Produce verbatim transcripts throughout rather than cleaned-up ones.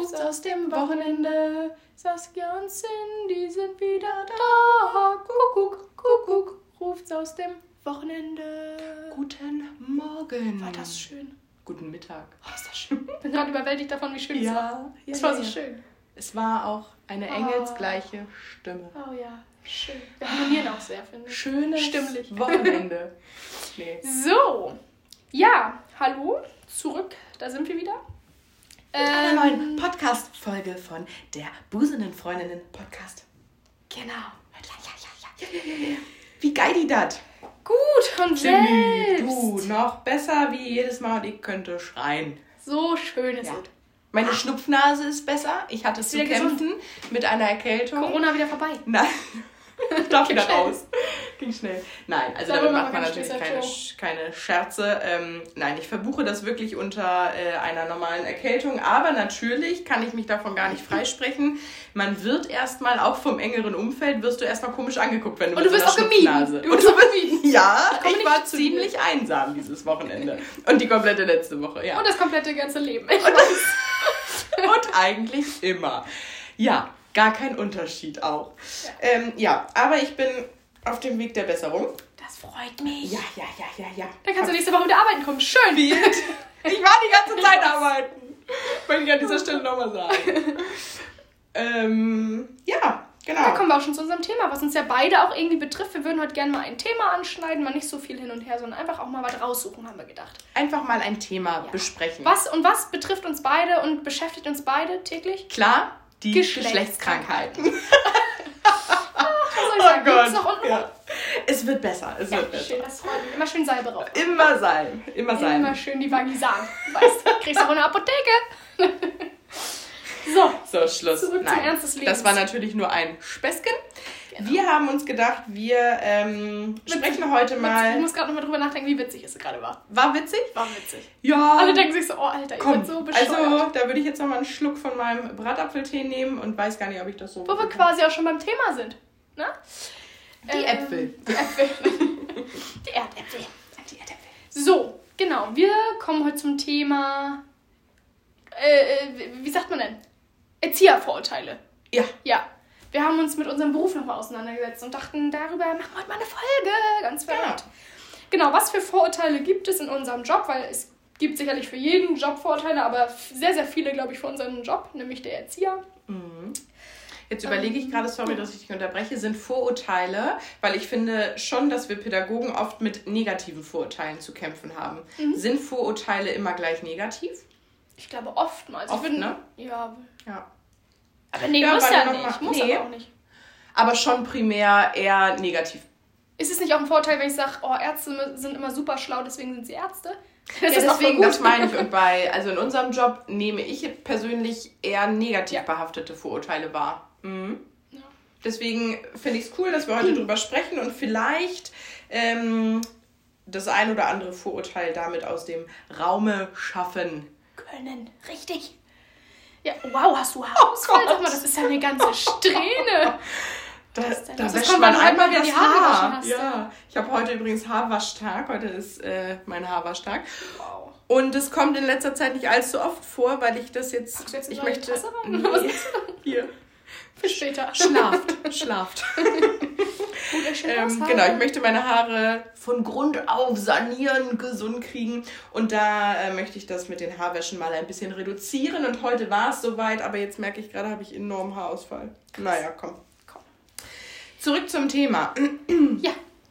ruft's aus dem Wochenende. Saskia und Cindy sind wieder da. Kuckuck, Kuckuck, ruft's aus dem Wochenende. Guten Morgen. War das schön? Guten Mittag. Oh, ist das schön. Ich bin gerade überwältigt davon, wie schön es Ja, war. ja, Es war ja, so ja. schön. Es war auch eine Oh. engelsgleiche Stimme. Oh ja, schön. Wir harmonieren auch sehr, finde ich. Schönes Stimmlich. Wochenende. Nee. So, ja, hallo, zurück, da sind wir wieder. Mit einer neuen Podcast-Folge von der Busenden Freundinnen Podcast. Genau. Ja, ja, ja, ja, ja. Wie geil die dat? Gut, und Jimmy, selbst. du, noch besser wie jedes Mal und ich könnte schreien. So schön ist Ja. es. Meine Schnupfnase ist besser. Ich hatte zu wieder kämpfen mit einer Erkältung. Corona wieder vorbei. Nein, darf wieder schnell. raus. Ging schnell. Nein, also Darüber damit macht man machen wir natürlich keine keine, Späße. keine Scherze. Ähm, nein, ich verbuche das wirklich unter äh, einer normalen Erkältung. Aber natürlich kann ich mich davon gar nicht freisprechen. Man wird erstmal, auch vom engeren Umfeld, wirst du erstmal komisch angeguckt, wenn du Und mit du so wirst einer auch gemieden. Schnupfnase- Du Und wirst du auch wirst gemieden. Ja, Ich komme ich nicht war zu ziemlich einsam dieses Wochenende. Und die komplette letzte Woche, ja. Und das komplette ganze Leben. Ich weiß. Und eigentlich immer. Ja, gar kein Unterschied auch. Ja. Ähm, ja, aber ich bin auf dem Weg der Besserung. Das freut mich. Ja, ja, ja, ja, ja. Dann kannst du nächste Woche wieder arbeiten kommen. Schön. Ich war die ganze Zeit arbeiten. Wollte ich an dieser Stelle nochmal sagen. ähm, ja, genau. Da kommen wir auch schon zu unserem Thema, was uns ja beide auch irgendwie betrifft. Wir würden heute gerne mal ein Thema anschneiden, mal nicht so viel hin und her, sondern einfach auch mal was raussuchen, haben wir gedacht. Einfach mal ein Thema Ja. besprechen. Was und was betrifft uns beide und beschäftigt uns beide täglich? Klar, die Geschlechtskrankheiten. Geschlechtskrankheiten. Was soll ich sagen? Gibt's noch unten? Ja. Es wird besser, es Ja, wird besser. schön, das freut mich. Immer schön Salbe drauf. Immer sein, immer sein. Immer schön die Vagisan. Weißt du, kriegst du auch in der Apotheke. So, So, Schluss. Zurück zum Nein, Ernst des Lebens. das war natürlich nur ein Späßchen. Genau. Wir haben uns gedacht, wir ähm, sprechen heute ich mal... muss gerade noch mal drüber nachdenken, wie witzig es gerade war. War witzig? War witzig. Ja. Alle denken sich so, oh Alter, ich Komm, bin so bescheuert. also da würde ich jetzt noch mal einen Schluck von meinem Bratapfeltee nehmen und weiß gar nicht, ob ich das so... Wo wir quasi auch schon beim Thema sind. Ne? Die Ähm, Äpfel. Die Äpfel. Die Erdäpfel. Die Erdäpfel. So, genau. Wir kommen heute zum Thema, äh, wie sagt man denn? Erziehervorurteile. Ja. Ja. Wir haben uns mit unserem Beruf nochmal auseinandergesetzt und dachten, darüber machen wir heute mal eine Folge. Ganz verrückt. Genau, was für Vorurteile gibt es in unserem Job? Weil es gibt sicherlich für jeden Job Vorurteile, aber sehr, sehr viele, glaube ich, für unseren Job, nämlich der Erzieher. Mhm. Jetzt überlege ich gerade, sorry, dass ich dich unterbreche, sind Vorurteile, weil ich finde schon, dass wir Pädagogen oft mit negativen Vorurteilen zu kämpfen haben. Mhm. Sind Vorurteile immer gleich negativ? Ich glaube, oftmals. Oft, ich bin, ne? Ja. Ja. Aber nee, Ja, muss weil ja noch nicht. mal- Muss nee. aber auch nicht. Aber schon primär eher negativ. Ist es nicht auch ein Vorteil, wenn ich sage, oh, Ärzte sind immer super schlau, deswegen sind sie Ärzte? Das Ja, ist doch voll deswegen, gut. das meine ich. Und bei, also in unserem Job nehme ich persönlich eher negativ Ja. behaftete Vorurteile wahr. Mhm. Ja. Deswegen finde ich es cool, dass wir heute drüber sprechen und vielleicht ähm, das ein oder andere Vorurteil damit aus dem Raume schaffen. Können. Richtig. Ja, wow, hast du Haarausfall? Oh Gott. Sag mal, das ist ja eine ganze Strähne. Da, Was denn? da Das wäscht kommt, man wenn du einmal einmal das wieder die Haare Haar. gewaschen hast, Ja. ja. Ich habe heute übrigens Haarwaschtag. Heute ist äh, mein Haarwaschtag. Wow. Und es kommt in letzter Zeit nicht allzu oft vor, weil ich das jetzt... Packst du jetzt ich eine neue möchte Tasse rein, oder Nee, hier. Für später. Schlaft, schlaft. Gut, schön ähm, Haare. genau, ich möchte meine Haare von Grund auf sanieren, gesund kriegen. Und da äh, möchte ich das mit den Haarwäschen mal ein bisschen reduzieren. Und heute war es soweit, aber jetzt merke ich gerade, habe ich enormen Haarausfall. Naja, komm. Komm. Zurück zum Thema. Ja.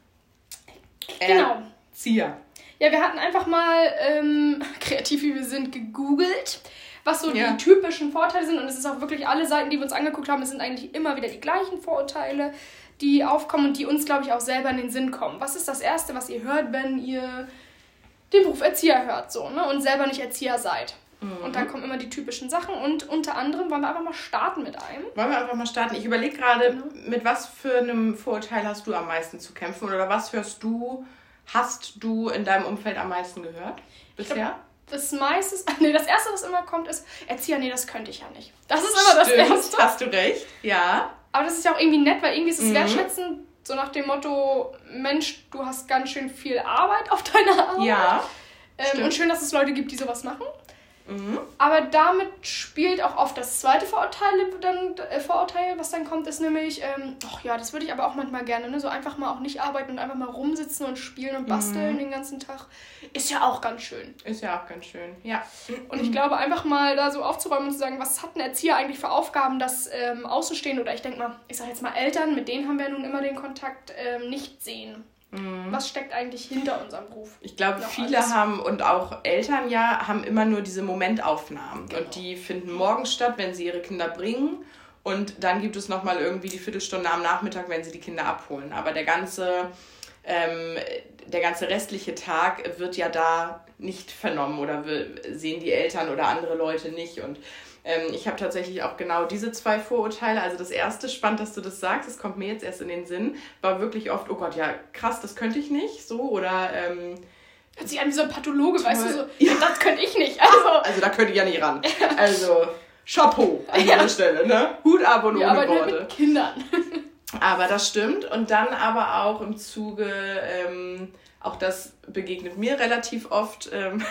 Genau. Erzieher. Ja, wir hatten einfach mal, ähm, kreativ wie wir sind, gegoogelt, was so Ja. die typischen Vorteile sind. Und es ist auch wirklich alle Seiten, die wir uns angeguckt haben, es sind eigentlich immer wieder die gleichen Vorurteile, die aufkommen und die uns, glaube ich, auch selber in den Sinn kommen. Was ist das Erste, was ihr hört, wenn ihr den Beruf Erzieher hört, so, ne? Und selber nicht Erzieher seid? Mhm. Und dann kommen immer die typischen Sachen und unter anderem wollen wir einfach mal starten mit einem. Wollen wir einfach mal starten? Ich überlege gerade, Genau. mit was für einem Vorurteil hast du am meisten zu kämpfen? Oder was hörst du, hast du in deinem Umfeld am meisten gehört bisher? Das meiste, nee, das Erste, was immer kommt, ist Erzieher, nee, das könnte ich ja nicht. Das ist immer das Erste. Hast du recht, ja. Aber das ist ja auch irgendwie nett, weil irgendwie ist es Mhm. wertschätzend, so nach dem Motto, Mensch, du hast ganz schön viel Arbeit auf deiner Arbeit. Ja, ähm, stimmt. und schön, dass es Leute gibt, die sowas machen. Mhm. Aber damit spielt auch oft das zweite Vorurteil, dann, äh, Vorurteil was dann kommt, ist nämlich, ähm, ach ja, das würde ich aber auch manchmal gerne, ne? So einfach mal auch nicht arbeiten und einfach mal rumsitzen und spielen und basteln mhm. den ganzen Tag. Ist ja auch ganz schön. Ist ja auch ganz schön, ja. Und ich glaube, einfach mal da so aufzuräumen und zu sagen, was hat ein Erzieher eigentlich für Aufgaben, das ähm, auszustehen, oder ich denke mal, ich sage jetzt mal Eltern, mit denen haben wir nun immer den Kontakt, ähm, nicht sehen. Was steckt eigentlich hinter unserem Beruf? Ich glaube, viele alles. haben, und auch Eltern ja, haben immer nur diese Momentaufnahmen. Genau. Und die finden morgens statt, wenn sie ihre Kinder bringen. Und dann gibt es nochmal irgendwie die Viertelstunde am Nachmittag, wenn sie die Kinder abholen. Aber der ganze, ähm, der ganze restliche Tag wird ja da nicht vernommen oder sehen die Eltern oder andere Leute nicht. Und ähm, ich habe tatsächlich auch genau diese zwei Vorurteile. Also das erste, spannend, dass du das sagst, das kommt mir jetzt erst in den Sinn, war wirklich oft, oh Gott, ja krass, das könnte ich nicht, so, oder... Ähm, hört sich an wie so ein Pathologe, toll. Weißt du, so, ja. Das könnte ich nicht. Also, also da könnte ich ja nicht ran. Also, Chapeau an dieser ja. Stelle, ne? Hut ab und ja, ohne aber Worte. Mit Kindern. Aber das stimmt. Und dann aber auch im Zuge, ähm, auch das begegnet mir relativ oft, ähm,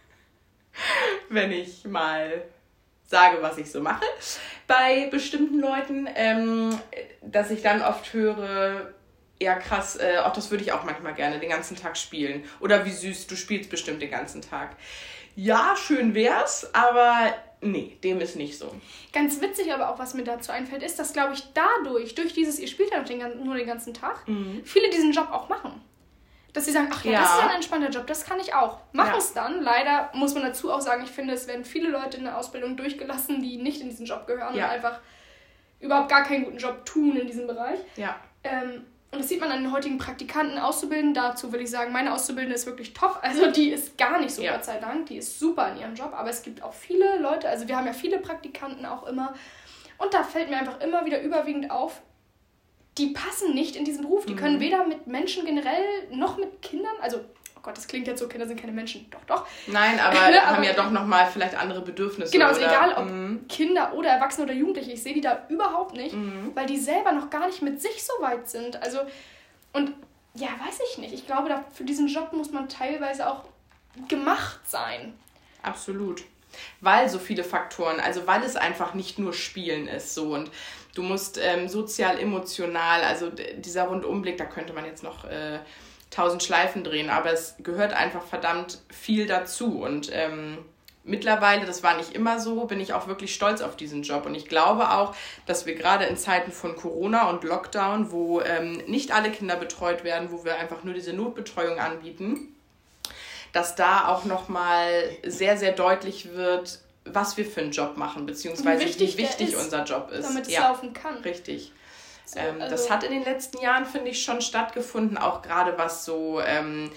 wenn ich mal... sage, was ich so mache bei bestimmten Leuten, ähm, dass ich dann oft höre, ja krass, äh, auch das würde ich auch manchmal gerne den ganzen Tag spielen. Oder wie süß, du spielst bestimmt den ganzen Tag. Ja, schön wär's, aber nee, dem ist nicht so. Ganz witzig aber auch, was mir dazu einfällt, ist, dass, glaube ich, dadurch, durch dieses, ihr spielt ja noch den, nur den ganzen Tag, mhm. viele diesen Job auch machen. Dass sie sagen, ach ja, ja, das ist ein entspannter Job, das kann ich auch. Machen es ja. dann. Leider muss man dazu auch sagen, ich finde, es werden viele Leute in der Ausbildung durchgelassen, die nicht in diesen Job gehören ja. und einfach überhaupt gar keinen guten Job tun in diesem Bereich. Ja. Ähm, und das sieht man an den heutigen Praktikanten, Auszubildenden. Dazu will ich sagen, meine Auszubildende ist wirklich top. Also die ist gar nicht so, ja. Gott sei Dank. Die ist super in ihrem Job. Aber es gibt auch viele Leute, also wir haben ja viele Praktikanten auch immer. Und da fällt mir einfach immer wieder überwiegend auf, die passen nicht in diesen Beruf. Die können mhm. weder mit Menschen generell noch mit Kindern, also, oh Gott, das klingt jetzt so, Kinder sind keine Menschen. Doch, doch. Nein, aber haben aber, ja doch nochmal vielleicht andere Bedürfnisse. Genau, also oder? egal ob mhm. Kinder oder Erwachsene oder Jugendliche, ich sehe die da überhaupt nicht, mhm. weil die selber noch gar nicht mit sich so weit sind. Also, und ja, weiß ich nicht. Ich glaube, da, für diesen Job muss man teilweise auch gemacht sein. Absolut. Weil so viele Faktoren, also weil es einfach nicht nur Spielen ist, so, und du musst ähm, sozial, emotional, also d- dieser Rundumblick, da könnte man jetzt noch äh, tausend Schleifen drehen, aber es gehört einfach verdammt viel dazu. Und ähm, mittlerweile, das war nicht immer so, bin ich auch wirklich stolz auf diesen Job. Und ich glaube auch, dass wir gerade in Zeiten von Corona und Lockdown, wo ähm, nicht alle Kinder betreut werden, wo wir einfach nur diese Notbetreuung anbieten, dass da auch nochmal sehr, sehr deutlich wird, was wir für einen Job machen, beziehungsweise wichtig wie wichtig ist, unser Job ist. Damit es ja, laufen kann. Richtig. So, ähm, also das hat in den letzten Jahren, finde ich, schon stattgefunden, auch gerade was so ähm,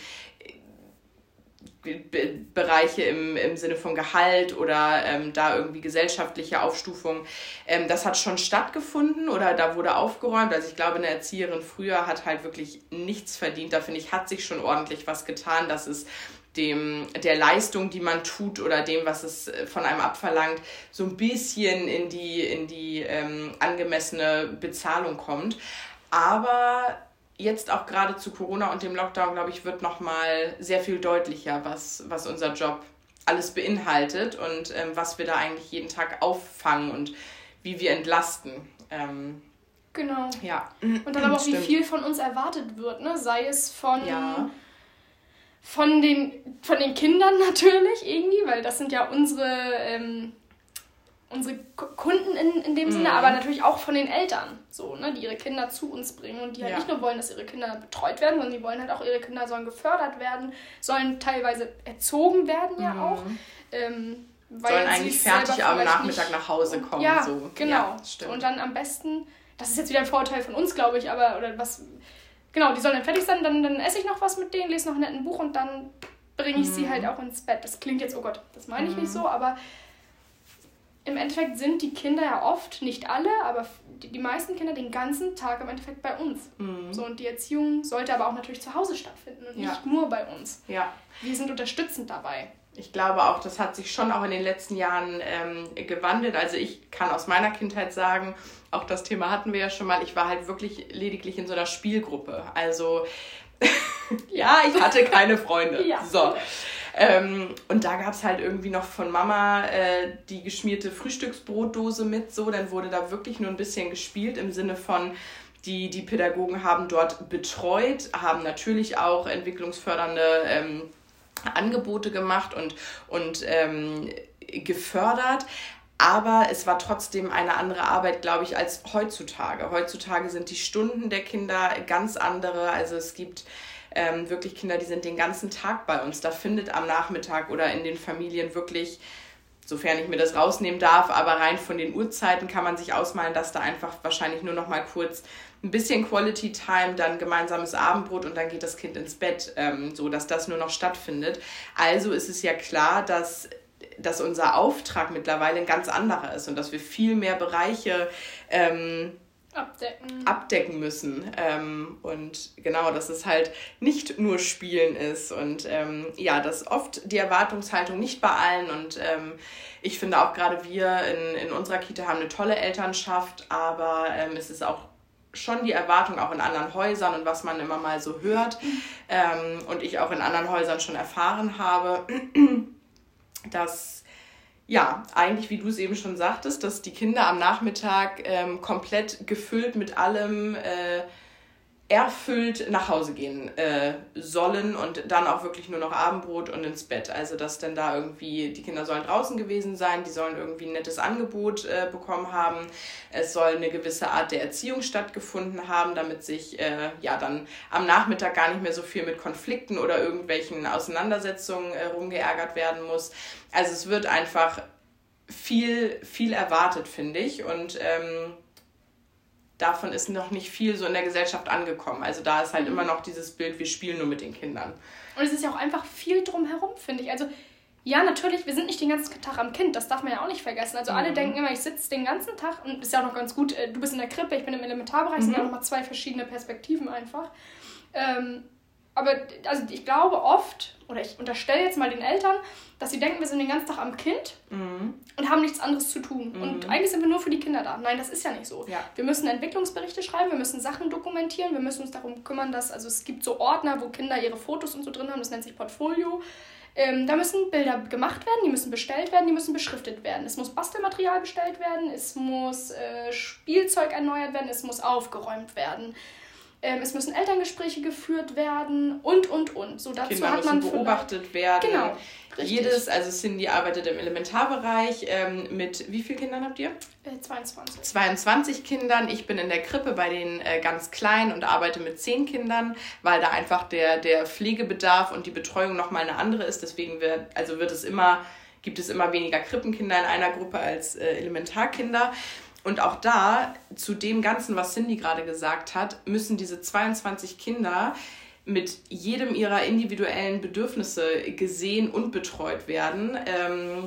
Be- Bereiche im, im Sinne von Gehalt oder ähm, da irgendwie gesellschaftliche Aufstufung, ähm, das hat schon stattgefunden oder da wurde aufgeräumt. Also ich glaube, eine Erzieherin früher hat halt wirklich nichts verdient. Da finde ich, hat sich schon ordentlich was getan, dass es dem der Leistung, die man tut oder dem, was es von einem abverlangt, so ein bisschen in die, in die ähm, angemessene Bezahlung kommt. Aber jetzt auch gerade zu Corona und dem Lockdown, glaube ich, wird nochmal sehr viel deutlicher, was, was unser Job alles beinhaltet und ähm, was wir da eigentlich jeden Tag auffangen und wie wir entlasten. Ähm, genau. Ja. Und dann aber auch, wie viel von uns erwartet wird, ne? Sei es von... Ja. Von den, von den Kindern natürlich irgendwie, weil das sind ja unsere, ähm, unsere Kunden in, in dem mhm. Sinne, aber natürlich auch von den Eltern, so, ne, die ihre Kinder zu uns bringen und die halt ja. nicht nur wollen, dass ihre Kinder betreut werden, sondern die wollen halt auch, ihre Kinder sollen gefördert werden, sollen teilweise erzogen werden ja mhm. auch. Ähm, weil sollen eigentlich fertig am Nachmittag nicht, nach Hause kommen. Ja, so. genau. Ja, stimmt. Und dann am besten, das ist jetzt wieder ein Vorteil von uns, glaube ich, aber, oder was... Genau, die sollen dann fertig sein, dann, dann esse ich noch was mit denen, lese noch ein nettes Buch und dann bringe ich mhm. sie halt auch ins Bett. Das klingt jetzt, oh Gott, das meine ich mhm. nicht so, aber im Endeffekt sind die Kinder ja oft, nicht alle, aber die, die meisten Kinder den ganzen Tag im Endeffekt bei uns. Mhm. So, und die Erziehung sollte aber auch natürlich zu Hause stattfinden und ja. nicht nur bei uns. Ja. Wir sind unterstützend dabei. Ich glaube auch, das hat sich schon auch in den letzten Jahren ähm, gewandelt. Also ich kann aus meiner Kindheit sagen, auch das Thema hatten wir ja schon mal, ich war halt wirklich lediglich in so einer Spielgruppe. Also ja, ich hatte keine Freunde. Ja. So. Ähm, und da gab es halt irgendwie noch von Mama äh, die geschmierte Frühstücksbrotdose mit, so, dann wurde da wirklich nur ein bisschen gespielt im Sinne von, die, die Pädagogen haben dort betreut, haben natürlich auch entwicklungsfördernde ähm, Angebote gemacht und, und ähm, gefördert. Aber es war trotzdem eine andere Arbeit, glaube ich, als heutzutage. Heutzutage sind die Stunden der Kinder ganz andere. Also es gibt ähm, wirklich Kinder, die sind den ganzen Tag bei uns. Da findet am Nachmittag oder in den Familien wirklich, sofern ich mir das rausnehmen darf, aber rein von den Uhrzeiten kann man sich ausmalen, dass da einfach wahrscheinlich nur noch mal kurz ein bisschen Quality Time, dann gemeinsames Abendbrot und dann geht das Kind ins Bett, ähm, so dass das nur noch stattfindet. Also ist es ja klar, dass dass unser Auftrag mittlerweile ein ganz anderer ist und dass wir viel mehr Bereiche ähm, abdecken. abdecken müssen. Ähm, und genau, dass es halt nicht nur Spielen ist und ähm, ja, dass oft die Erwartungshaltung nicht bei allen und ähm, ich finde auch gerade wir in, in unserer Kita haben eine tolle Elternschaft, aber ähm, es ist auch schon die Erwartung auch in anderen Häusern und was man immer mal so hört ähm, und ich auch in anderen Häusern schon erfahren habe, dass, ja, eigentlich, wie du es eben schon sagtest, dass die Kinder am Nachmittag ähm, komplett gefüllt mit allem äh, erfüllt nach Hause gehen äh, sollen und dann auch wirklich nur noch Abendbrot und ins Bett. Also, dass dann da irgendwie, die Kinder sollen draußen gewesen sein, die sollen irgendwie ein nettes Angebot äh, bekommen haben. Es soll eine gewisse Art der Erziehung stattgefunden haben, damit sich äh, ja dann am Nachmittag gar nicht mehr so viel mit Konflikten oder irgendwelchen Auseinandersetzungen äh, rumgeärgert werden muss. Also, es wird einfach viel, viel erwartet, finde ich. Und ähm, davon ist noch nicht viel so in der Gesellschaft angekommen. Also da ist halt mhm. immer noch dieses Bild, wir spielen nur mit den Kindern. Und es ist ja auch einfach viel drumherum, finde ich. Also ja, natürlich, wir sind nicht den ganzen Tag am Kind, das darf man ja auch nicht vergessen. Also mhm. alle denken immer, ich sitze den ganzen Tag und ist ja auch noch ganz gut, du bist in der Krippe, ich bin im Elementarbereich, mhm. sind ja auch nochmal zwei verschiedene Perspektiven einfach. Ähm, aber also ich glaube oft, oder ich unterstelle jetzt mal den Eltern, dass sie denken, wir sind den ganzen Tag am Kind mhm. und haben nichts anderes zu tun. Mhm. Und eigentlich sind wir nur für die Kinder da. Nein, das ist ja nicht so. Ja. Wir müssen Entwicklungsberichte schreiben, wir müssen Sachen dokumentieren, wir müssen uns darum kümmern, dass, also es gibt so Ordner, wo Kinder ihre Fotos und so drin haben, das nennt sich Portfolio. Ähm, da müssen Bilder gemacht werden, die müssen bestellt werden, die müssen beschriftet werden. Es muss Bastelmaterial bestellt werden, es muss äh, Spielzeug erneuert werden, es muss aufgeräumt werden. Ähm, es müssen Elterngespräche geführt werden und, und, und. So, dazu Kinder hat man müssen beobachtet werden. Genau, richtig. Jedes, also Cindy arbeitet im Elementarbereich ähm, mit, wie vielen Kindern habt ihr? Äh, zweiundzwanzig. zweiundzwanzig Kindern. Ich bin in der Krippe bei den äh, ganz Kleinen und arbeite mit zehn Kindern, weil da einfach der, der Pflegebedarf und die Betreuung nochmal eine andere ist. Deswegen wird, also wird es immer, gibt es immer weniger Krippenkinder in einer Gruppe als äh, Elementarkinder. Und auch da, zu dem Ganzen, was Cindy gerade gesagt hat, müssen diese zweiundzwanzig Kinder mit jedem ihrer individuellen Bedürfnisse gesehen und betreut werden. Ähm,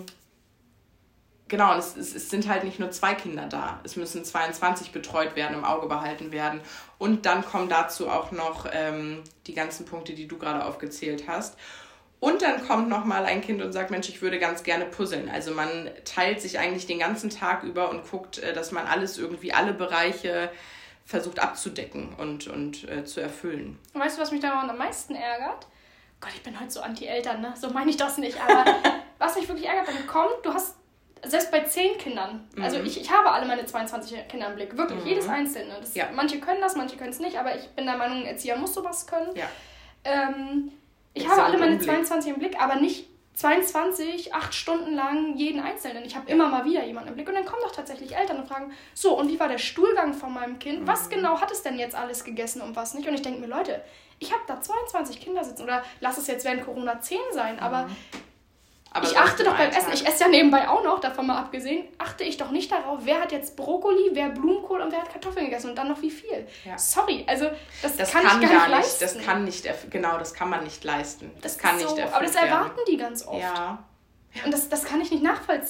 genau, und es, es, es sind halt nicht nur zwei Kinder da. Es müssen zweiundzwanzig betreut werden, im Auge behalten werden. Und dann kommen dazu auch noch ähm, die ganzen Punkte, die du gerade aufgezählt hast. Und dann kommt nochmal ein Kind und sagt, Mensch, ich würde ganz gerne puzzeln. Also man teilt sich eigentlich den ganzen Tag über und guckt, dass man alles irgendwie, alle Bereiche versucht abzudecken und, und äh, zu erfüllen. Und weißt du, was mich daran am meisten ärgert? Gott, ich bin heute so anti-Eltern, ne? So meine ich das nicht. Aber was mich wirklich ärgert, dann kommt, du hast, selbst bei zehn Kindern, mhm. also ich, ich habe alle meine zweiundzwanzig Kinder im Blick, wirklich, mhm. jedes einzelne. Das, ja. Manche können das, manche können es nicht, aber ich bin der Meinung, ein Erzieher muss sowas können. Ja. Ähm, Ich habe alle meine zweiundzwanzig im Blick, aber nicht zweiundzwanzig, acht Stunden lang jeden Einzelnen. Ich habe immer mal wieder jemanden im Blick. Und dann kommen doch tatsächlich Eltern und fragen, so, und wie war der Stuhlgang von meinem Kind? Mhm. Was genau hat es denn jetzt alles gegessen und was nicht? Und ich denke mir, Leute, ich habe da zweiundzwanzig Kinder sitzen. Oder lass es jetzt während Corona zehn sein, aber... Mhm. Aber ich achte doch beim Essen, ich esse ja nebenbei auch noch, davon mal abgesehen, achte ich doch nicht darauf, wer hat jetzt Brokkoli, wer Blumenkohl und wer hat Kartoffeln gegessen und dann noch wie viel. Ja. Sorry, also das, das kann, kann ich gar, gar nicht leisten. Das kann nicht, genau, das kann man nicht leisten. Das, das kann nicht so, erfüllt aber das erwarten werden. die ganz oft. Ja. Und das, das kann ich nicht nachvollziehen.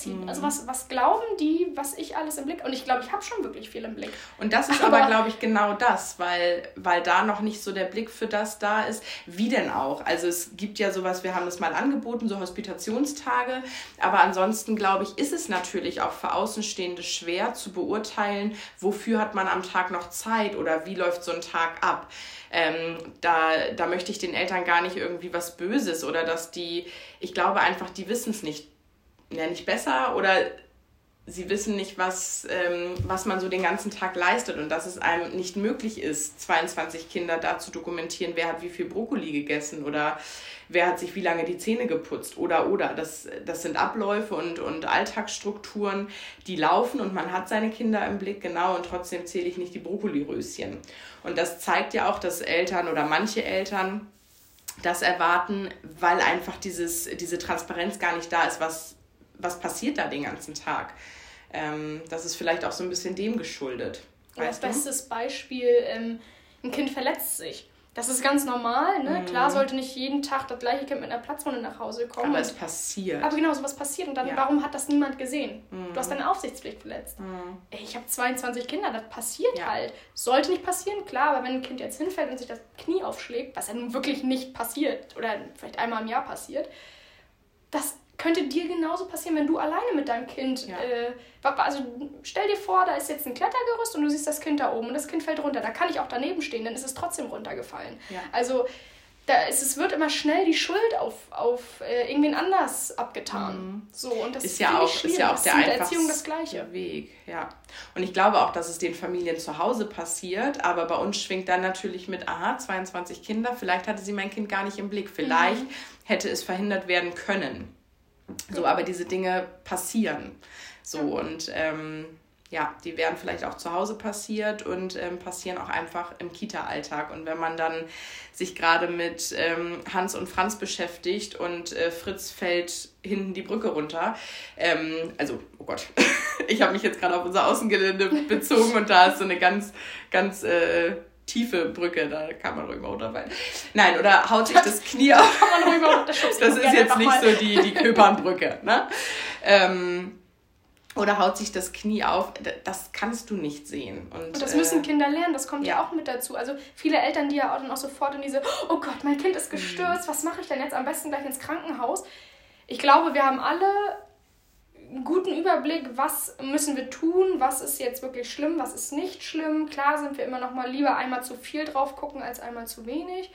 erziehen? Mhm. Also was, was glauben die, was ich alles im Blick... Und ich glaube, ich habe schon wirklich viel im Blick. Und das ist aber, aber glaube ich, genau das, weil, weil da noch nicht so der Blick für das da ist. Wie denn auch? Also es gibt ja sowas, wir haben das mal angeboten, so Hospitationstage. Aber ansonsten, glaube ich, ist es natürlich auch für Außenstehende schwer zu beurteilen, wofür hat man am Tag noch Zeit oder wie läuft so ein Tag ab. Ähm, da, da möchte ich den Eltern gar nicht irgendwie was Böses oder dass die, ich glaube einfach, die wissen es nicht, ja, nicht besser oder sie wissen nicht, was, ähm, was man so den ganzen Tag leistet und dass es einem nicht möglich ist, zweiundzwanzig Kinder da zu dokumentieren, wer hat wie viel Brokkoli gegessen oder wer hat sich wie lange die Zähne geputzt oder, oder. Das, das sind Abläufe und, und Alltagsstrukturen, die laufen und man hat seine Kinder im Blick, genau, und trotzdem zähle ich nicht die Brokkoliröschen. Und das zeigt ja auch, dass Eltern oder manche Eltern das erwarten, weil einfach dieses, diese Transparenz gar nicht da ist, was, was passiert da den ganzen Tag. Ähm, das ist vielleicht auch so ein bisschen dem geschuldet. Weißt du? Bestes Beispiel, ähm, ein Kind verletzt sich. Das ist ganz normal, ne? Mhm. Klar sollte nicht jeden Tag das gleiche Kind mit einer Platzwunde nach Hause kommen. Aber es passiert. Aber genau, sowas passiert. Und dann, ja. warum hat das niemand gesehen? Mhm. Du hast deine Aufsichtspflicht verletzt. Mhm. Ey, ich habe zweiundzwanzig Kinder, das passiert ja. halt. Sollte nicht passieren, klar, aber wenn ein Kind jetzt hinfällt und sich das Knie aufschlägt, was ja nun wirklich nicht passiert oder vielleicht einmal im Jahr passiert, das könnte dir genauso passieren, wenn du alleine mit deinem Kind... Ja. Äh, also stell dir vor, da ist jetzt ein Klettergerüst und du siehst das Kind da oben und das Kind fällt runter. Da kann ich auch daneben stehen, dann ist es trotzdem runtergefallen. Ja. Also da ist, es wird immer schnell die Schuld auf, auf äh, irgendwen anders abgetan. Mhm. So, und das ist ja auch, ist ja auch der einfachste Erziehung das Gleiche. Weg. Ja. Und ich glaube auch, dass es den Familien zu Hause passiert, aber bei uns schwingt dann natürlich mit, aha, zweiundzwanzig Kinder, vielleicht hatte sie mein Kind gar nicht im Blick. Vielleicht mhm. hätte es verhindert werden können. So, aber diese Dinge passieren. So, mhm. und ähm, ja, die werden vielleicht auch zu Hause passiert und ähm, passieren auch einfach im Kita-Alltag. Und wenn man dann sich gerade mit ähm, Hans und Franz beschäftigt und äh, Fritz fällt hinten die Brücke runter, ähm, also, oh Gott, ich habe mich jetzt gerade auf unser Außengelände bezogen und da ist so eine ganz, ganz... Äh, tiefe Brücke, da kann man ruhig mal runterfallen. Nein, oder haut sich das Knie auf. Kann man ruhig mal runter, das ist jetzt nicht so die, die Köpernbrücke, ne? Ähm, oder haut sich das Knie auf, das kannst du nicht sehen. Und, und das müssen äh, Kinder lernen, das kommt ja. ja auch mit dazu. Also viele Eltern, die ja auch dann auch sofort in diese, oh Gott, mein Kind ist gestürzt, was mache ich denn jetzt? Am besten gleich ins Krankenhaus. Ich glaube, wir haben alle einen guten Überblick, was müssen wir tun, was ist jetzt wirklich schlimm, was ist nicht schlimm. Klar sind wir immer noch mal lieber einmal zu viel drauf gucken, als einmal zu wenig.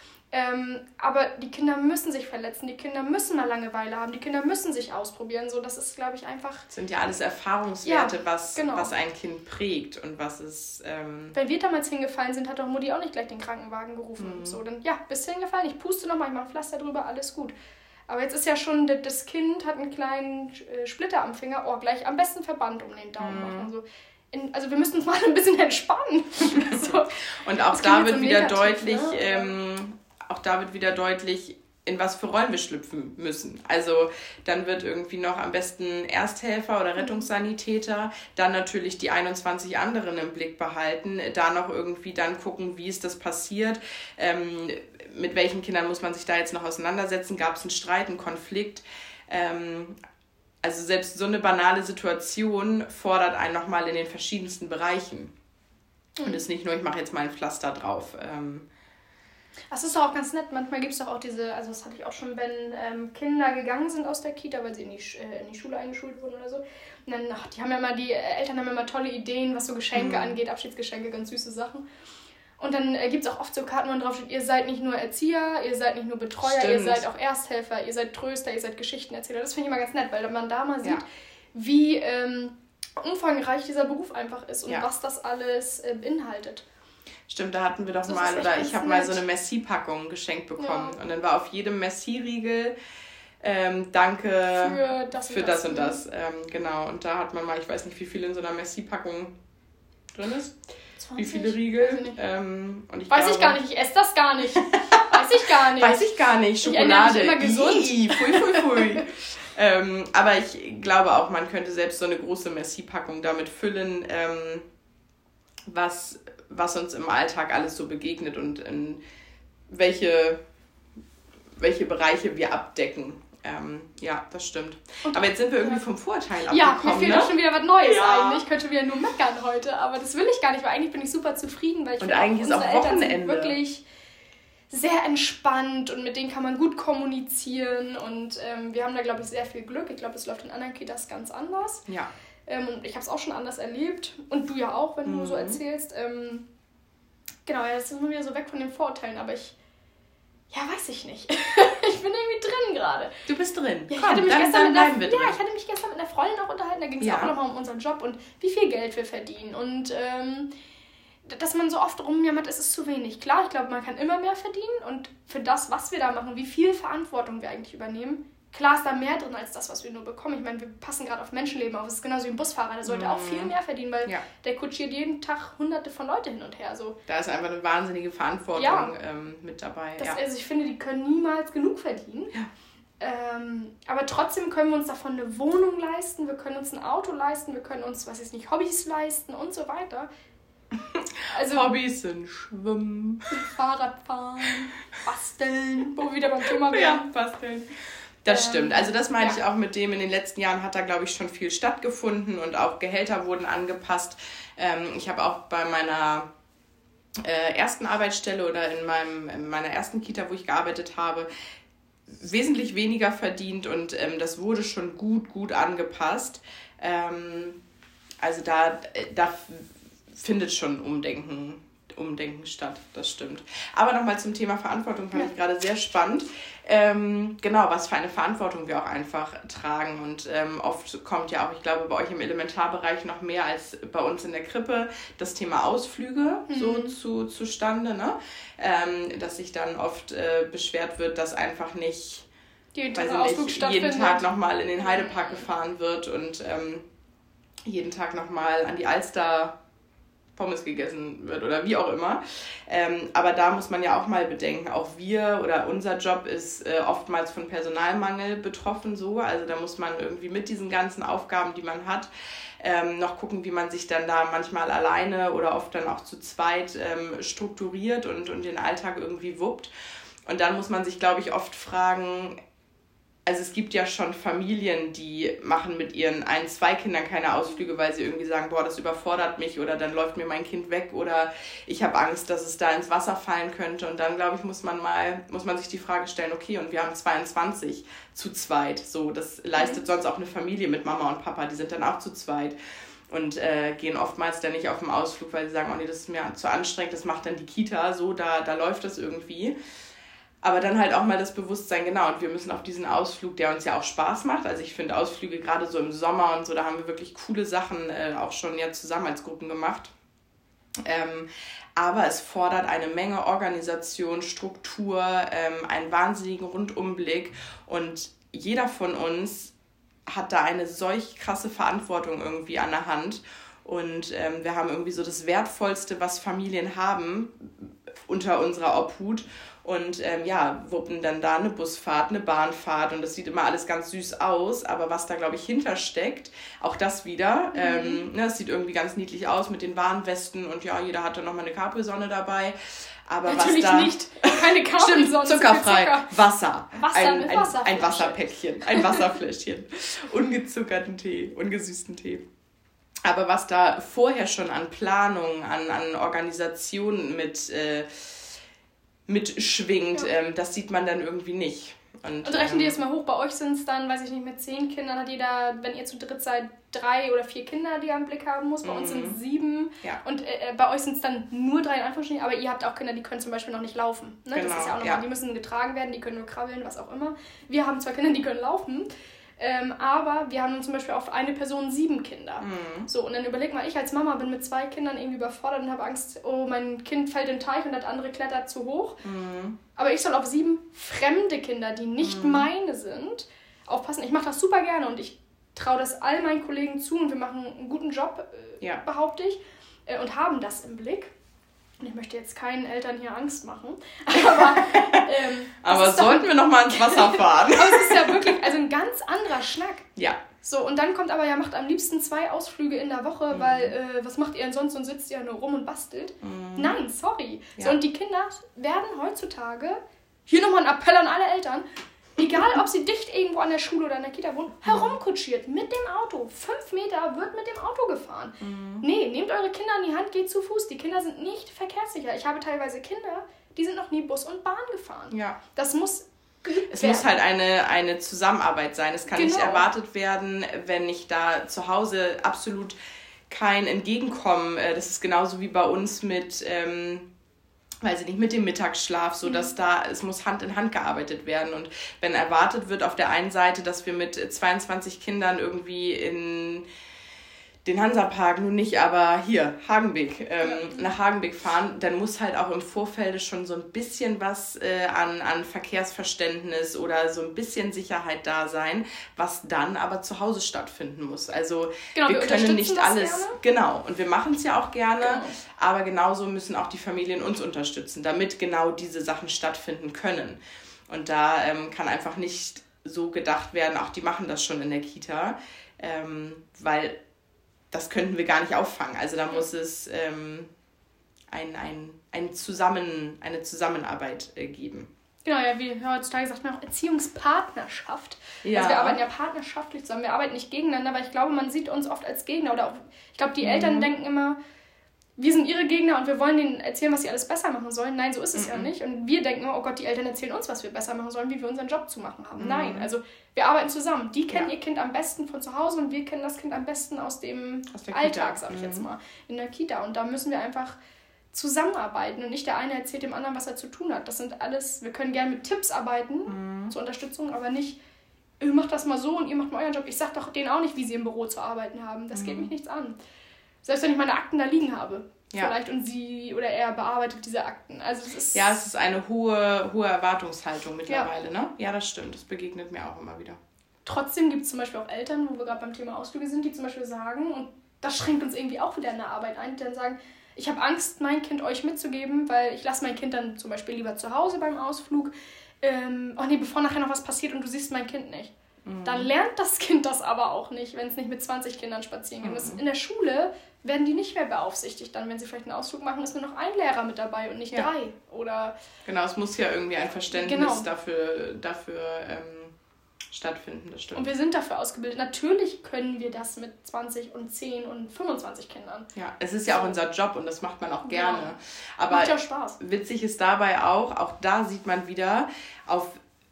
Ähm, aber die Kinder müssen sich verletzen, die Kinder müssen mal Langeweile haben, die Kinder müssen sich ausprobieren. So, das ist, glaube ich, einfach... Das sind ja alles Erfahrungswerte, ja, was, genau. was ein Kind prägt und was es... Ähm Wenn wir damals hingefallen sind, hat doch Mutti auch nicht gleich den Krankenwagen gerufen. Mhm. So, dann, ja, bist du hingefallen, ich puste noch mal, ich mache ein Pflaster drüber, alles gut. Aber jetzt ist ja schon, das Kind hat einen kleinen Splitter am Finger, oh, gleich am besten Verband um den Daumen machen. Mhm. So. In, also wir müssen uns mal ein bisschen entspannen. So. Und auch da wird wieder negativ, deutlich, ne? ähm, auch da wird wieder deutlich, in was für Rollen wir schlüpfen müssen. Also dann wird irgendwie noch am besten Ersthelfer oder Rettungssanitäter, dann natürlich die einundzwanzig anderen im Blick behalten, da noch irgendwie dann gucken, wie ist das passiert, ähm, mit welchen Kindern muss man sich da jetzt noch auseinandersetzen, gab es einen Streit, einen Konflikt. Ähm, also selbst so eine banale Situation fordert einen nochmal in den verschiedensten Bereichen. Mhm. Und es ist nicht nur, ich mache jetzt mal ein Pflaster drauf. Ähm, Das ist doch auch ganz nett. Manchmal gibt es doch auch diese, also das hatte ich auch schon, wenn ähm, Kinder gegangen sind aus der Kita, weil sie in die, äh, in die Schule eingeschult wurden oder so. Und dann, ach, die haben ja immer, die Eltern haben ja immer tolle Ideen, was so Geschenke mhm. angeht, Abschiedsgeschenke, ganz süße Sachen. Und dann äh, gibt es auch oft so Karten, wo dann drauf steht, ihr seid nicht nur Erzieher, ihr seid nicht nur Betreuer, Stimmt. ihr seid auch Ersthelfer, ihr seid Tröster, ihr seid Geschichtenerzähler. Das finde ich immer ganz nett, weil man da mal sieht, ja. wie ähm, umfangreich dieser Beruf einfach ist und ja. was das alles äh, beinhaltet. Stimmt, da hatten wir doch das mal, oder ich habe mal so eine Merci-Packung geschenkt bekommen. Ja. Und dann war auf jedem Merci-Riegel ähm, Danke für das und für das. das, und das. Ähm, genau, und da hat man mal, ich weiß nicht, wie viel in so einer Merci-Packung drin ist. zwanzig? Wie viele Riegel. Ähm, und ich weiß glaube, ich gar nicht, ich esse das gar nicht. Weiß ich gar nicht. Weiß ich gar nicht, Schokolade. Ich immer gesund. Ii, pfui, pfui, pfui. ähm, aber ich glaube auch, man könnte selbst so eine große Merci-Packung damit füllen, ähm, was... was uns im Alltag alles so begegnet und in welche, welche Bereiche wir abdecken. Ähm, ja, das stimmt. Und, aber jetzt sind wir irgendwie ja. vom Vorurteil abgekommen. Ja, mir fehlt ne? auch schon wieder was Neues ja. eigentlich. Ich könnte wieder nur meckern heute, aber das will ich gar nicht, weil eigentlich bin ich super zufrieden, weil ich und finde, eigentlich auch ist auch Eltern Wochenende. sind wirklich sehr entspannt und mit denen kann man gut kommunizieren und ähm, wir haben da, glaube ich, sehr viel Glück. Ich glaube, das läuft in anderen Kitas ganz anders. Ja. Ähm, und ich habe es auch schon anders erlebt und du ja auch, wenn mhm. du so erzählst. Ähm, genau, ja, das ist nur wieder so weg von den Vorurteilen, aber ich Ja, weiß ich nicht. Ich bin irgendwie drin gerade. Du bist drin. Ja, ich, Komm, hatte mich dann, gestern dann mit einer, ja, ich hatte mich gestern mit einer Freundin auch unterhalten, da ging es ja. auch nochmal um unseren Job und wie viel Geld wir verdienen. Und ähm, dass man so oft rumjammert, es ist zu wenig. Klar, ich glaube, man kann immer mehr verdienen und für das, was wir da machen, wie viel Verantwortung wir eigentlich übernehmen, klar ist da mehr drin als das, was wir nur bekommen. Ich meine, wir passen gerade auf Menschenleben auf. Es ist genauso wie ein Busfahrer, der sollte mm. auch viel mehr verdienen, weil ja. der kutschiert jeden Tag hunderte von Leute hin und her. So. Da ist einfach eine wahnsinnige Verantwortung ja. ähm, mit dabei. Das, ja. Also ich finde, die können niemals genug verdienen. Ja. Ähm, aber trotzdem können wir uns davon eine Wohnung leisten, wir können uns ein Auto leisten, wir können uns, was jetzt nicht, Hobbys leisten und so weiter. Also Hobbys sind Schwimmen, Fahrradfahren, Basteln, wo wir wieder beim Thema wären. Ja, Basteln. Das ähm, stimmt. Also das meine ja. ich auch mit dem, in den letzten Jahren hat da, glaube ich, schon viel stattgefunden und auch Gehälter wurden angepasst. Ähm, ich habe auch bei meiner äh, ersten Arbeitsstelle oder in, meinem, in meiner ersten Kita, wo ich gearbeitet habe, wesentlich weniger verdient und ähm, das wurde schon gut, gut angepasst. Ähm, also da, da findet schon Umdenken, Umdenken statt, das stimmt. Aber nochmal zum Thema Verantwortung, fand ja. ich gerade sehr spannend. Ähm, genau, was für eine Verantwortung wir auch einfach tragen und ähm, oft kommt ja auch, ich glaube, bei euch im Elementarbereich noch mehr als bei uns in der Krippe das Thema Ausflüge mhm. so zu, zustande, ne? Ähm, dass sich dann oft äh, beschwert wird, dass einfach nicht jeden Tag, nicht, jeden Tag nochmal in den Heidepark gefahren wird und ähm, jeden Tag nochmal an die Alster Pommes gegessen wird oder wie auch immer. Ähm, aber da muss man ja auch mal bedenken, auch wir oder unser Job ist äh, oftmals von Personalmangel betroffen so. Also da muss man irgendwie mit diesen ganzen Aufgaben, die man hat, ähm, noch gucken, wie man sich dann da manchmal alleine oder oft dann auch zu zweit ähm, strukturiert und, und den Alltag irgendwie wuppt. Und dann muss man sich, glaube ich, oft fragen, also es gibt ja schon Familien, die machen mit ihren ein, zwei Kindern keine Ausflüge, weil sie irgendwie sagen, boah, das überfordert mich oder dann läuft mir mein Kind weg oder ich habe Angst, dass es da ins Wasser fallen könnte. Und dann, glaube ich, muss man mal, muss man sich die Frage stellen, okay, und wir haben zweiundzwanzig zu zweit. So, das leistet mhm. sonst auch eine Familie mit Mama und Papa, die sind dann auch zu zweit. Und äh, gehen oftmals dann nicht auf den Ausflug, weil sie sagen, oh nee, das ist mir zu anstrengend, das macht dann die Kita, so, da, da läuft das irgendwie. Aber dann halt auch mal das Bewusstsein, genau, und wir müssen auf diesen Ausflug, der uns ja auch Spaß macht, also ich finde Ausflüge gerade so im Sommer und so, da haben wir wirklich coole Sachen äh, auch schon ja zusammen als Gruppen gemacht. Ähm, aber es fordert eine Menge Organisation, Struktur, ähm, einen wahnsinnigen Rundumblick und jeder von uns hat da eine solch krasse Verantwortung irgendwie an der Hand und ähm, wir haben irgendwie so das Wertvollste, was Familien haben, unter unserer Obhut. Und ähm, ja, wuppen dann da eine Busfahrt, eine Bahnfahrt und das sieht immer alles ganz süß aus, aber was da, glaube ich, hintersteckt, auch das wieder, mhm. ähm, ne, es sieht irgendwie ganz niedlich aus mit den Warnwesten und ja, jeder hat dann nochmal eine Capri-Sonne dabei. Aber natürlich was da, nicht, keine Capri-Sonne. Zuckerfrei, Zucker. Wasser, Wasser ein, mit ein, Wasserfläschchen. ein Wasserpäckchen, ein Wasserfläschchen, ungezuckerten Tee, ungesüßten Tee. Aber was da vorher schon an Planung, an, an Organisationen mit... Äh, mitschwingt, ja. ähm, das sieht man dann irgendwie nicht. Und, und rechnen ähm, die jetzt mal hoch, bei euch sind es dann, weiß ich nicht, mit zehn Kindern hat jeder, wenn ihr zu dritt seid, drei oder vier Kinder, die er im Blick haben muss. Bei mhm. uns sind es sieben. Ja. Und äh, bei euch sind es dann nur drei in Anführungsstrichen, aber ihr habt auch Kinder, die können zum Beispiel noch nicht laufen. Ne? Genau, das ist ja auch nochmal, ja. die müssen getragen werden, die können nur krabbeln, was auch immer. Wir haben zwar Kinder, die können laufen, Ähm, aber wir haben zum Beispiel auf eine Person sieben Kinder. Mhm. So, und dann überleg mal, ich als Mama bin mit zwei Kindern irgendwie überfordert und habe Angst, oh, mein Kind fällt in den Teich und das andere klettert zu hoch. Mhm. Aber ich soll auf sieben fremde Kinder, die nicht mhm. meine sind, aufpassen. Ich mache das super gerne und ich traue das all meinen Kollegen zu und wir machen einen guten Job, äh, ja. behaupte ich, äh, und haben das im Blick. Und ich möchte jetzt keinen Eltern hier Angst machen. Aber, ähm, aber sollten doch, wir noch mal ins Wasser fahren. Aber es ist ja wirklich also ein ganz anderer Schnack. Ja. So, und dann kommt aber, ja, macht am liebsten zwei Ausflüge in der Woche, mhm. weil, äh, was macht ihr denn sonst und sitzt ihr nur rum und bastelt? Mhm. Nein, sorry. Ja. So, und die Kinder werden heutzutage, hier nochmal ein Appell an alle Eltern, egal ob sie dicht irgendwo an der Schule oder an der Kita wohnen, herumkutschiert mit dem Auto. Fünf Meter wird mit dem Auto gefahren. Mhm. Nee, nehmt eure Kinder an die Hand, geht zu Fuß. Die Kinder sind nicht verkehrssicher. Ich habe teilweise Kinder, die sind noch nie Bus und Bahn gefahren. Ja. Das muss Es muss halt eine, eine Zusammenarbeit sein. Es kann genau. nicht erwartet werden, wenn ich da zu Hause absolut kein Entgegenkommen. Das ist genauso wie bei uns mit, ähm, weiß ich nicht, mit dem Mittagsschlaf, so dass mhm. da, es muss Hand in Hand gearbeitet werden. Und wenn erwartet wird auf der einen Seite, dass wir mit zweiundzwanzig Kindern irgendwie in den Hansapark, nun nicht, aber hier, Hagenbeek, ähm, ja. nach Hagenbeek fahren, dann muss halt auch im Vorfeld schon so ein bisschen was äh, an, an Verkehrsverständnis oder so ein bisschen Sicherheit da sein, was dann aber zu Hause stattfinden muss. Also genau, wir, wir können nicht alles, gerne. Genau, und wir machen es ja auch gerne, genau. aber genauso müssen auch die Familien uns unterstützen, damit genau diese Sachen stattfinden können. Und da ähm, kann einfach nicht so gedacht werden, auch die machen das schon in der Kita, ähm, weil das könnten wir gar nicht auffangen. Also da muss es ähm, ein, ein, ein Zusammen, eine Zusammenarbeit äh, geben. Genau, ja, wie heutzutage sagt man auch Erziehungspartnerschaft. Ja. Also wir arbeiten ja partnerschaftlich zusammen. Wir arbeiten nicht gegeneinander, weil ich glaube, man sieht uns oft als Gegner. Oder auch, ich glaube, die mhm. Eltern denken immer, wir sind ihre Gegner und wir wollen denen erzählen, was sie alles besser machen sollen. Nein, so ist es mhm. ja nicht. Und wir denken immer, oh Gott, die Eltern erzählen uns, was wir besser machen sollen, wie wir unseren Job zu machen haben. Mhm. Nein, also wir arbeiten zusammen. Die kennen ja. ihr Kind am besten von zu Hause und wir kennen das Kind am besten aus dem aus Alltag, sag ich mhm. jetzt mal, in der Kita. Und da müssen wir einfach zusammenarbeiten und nicht der eine erzählt dem anderen, was er zu tun hat. Das sind alles, wir können gerne mit Tipps arbeiten mhm. zur Unterstützung, aber nicht, ihr macht das mal so und ihr macht mal euren Job. Ich sag doch denen auch nicht, wie sie im Büro zu arbeiten haben. Das mhm. geht mich nichts an. Selbst wenn ich meine Akten da liegen habe. Ja. Vielleicht und sie oder er bearbeitet diese Akten. Also es ist ja, es ist eine hohe, hohe Erwartungshaltung mittlerweile, ja. ne? Ja, das stimmt. Das begegnet mir auch immer wieder. Trotzdem gibt es zum Beispiel auch Eltern, wo wir gerade beim Thema Ausflüge sind, die zum Beispiel sagen, und das schränkt uns irgendwie auch wieder in der Arbeit ein, die dann sagen, ich habe Angst, mein Kind euch mitzugeben, weil ich lasse mein Kind dann zum Beispiel lieber zu Hause beim Ausflug. Ähm, oh nee, bevor nachher noch was passiert und du siehst mein Kind nicht. Mhm. Dann lernt das Kind das aber auch nicht, wenn es nicht mit zwanzig Kindern spazieren geht. Mhm. Das, in der Schule werden die nicht mehr beaufsichtigt. Dann, wenn sie vielleicht einen Ausflug machen, ist nur noch ein Lehrer mit dabei und nicht ja. drei. Oder genau, es muss ja irgendwie ein Verständnis genau. dafür, dafür ähm, stattfinden, das stimmt. Und wir sind dafür ausgebildet. Natürlich können wir das mit zwanzig und zehn und fünfundzwanzig Kindern. Ja, es ist ja auch unser Job und das macht man auch gerne. Ja. Aber macht ja Spaß. Witzig ist dabei auch, auch da sieht man wieder, auf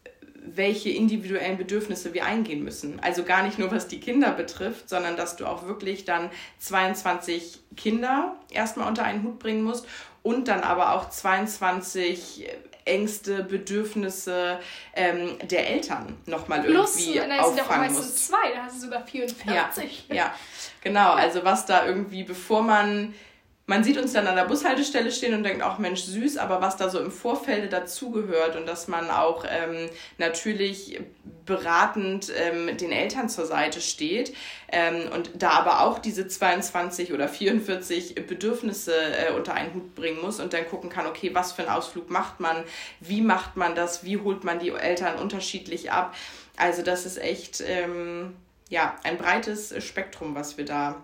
welche individuellen Bedürfnisse wir eingehen müssen. Also gar nicht nur, was die Kinder betrifft, sondern dass du auch wirklich dann zweiundzwanzig Kinder erstmal unter einen Hut bringen musst und dann aber auch zweiundzwanzig Ängste, Bedürfnisse ähm, der Eltern nochmal irgendwie Plus, nein, auffangen musst. Plus, zwei, da hast du sogar vierundvierzig. Ja, ja, genau. Also was da irgendwie, bevor man... Man sieht uns dann an der Bushaltestelle stehen und denkt, ach Mensch, süß, aber was da so im Vorfeld dazugehört und dass man auch ähm, natürlich beratend ähm, den Eltern zur Seite steht ähm, und da aber auch diese zweiundzwanzig oder vierundvierzig Bedürfnisse äh, unter einen Hut bringen muss und dann gucken kann, okay, was für einen Ausflug macht man, wie macht man das, wie holt man die Eltern unterschiedlich ab. Also das ist echt ähm, ja, ein breites Spektrum, was wir da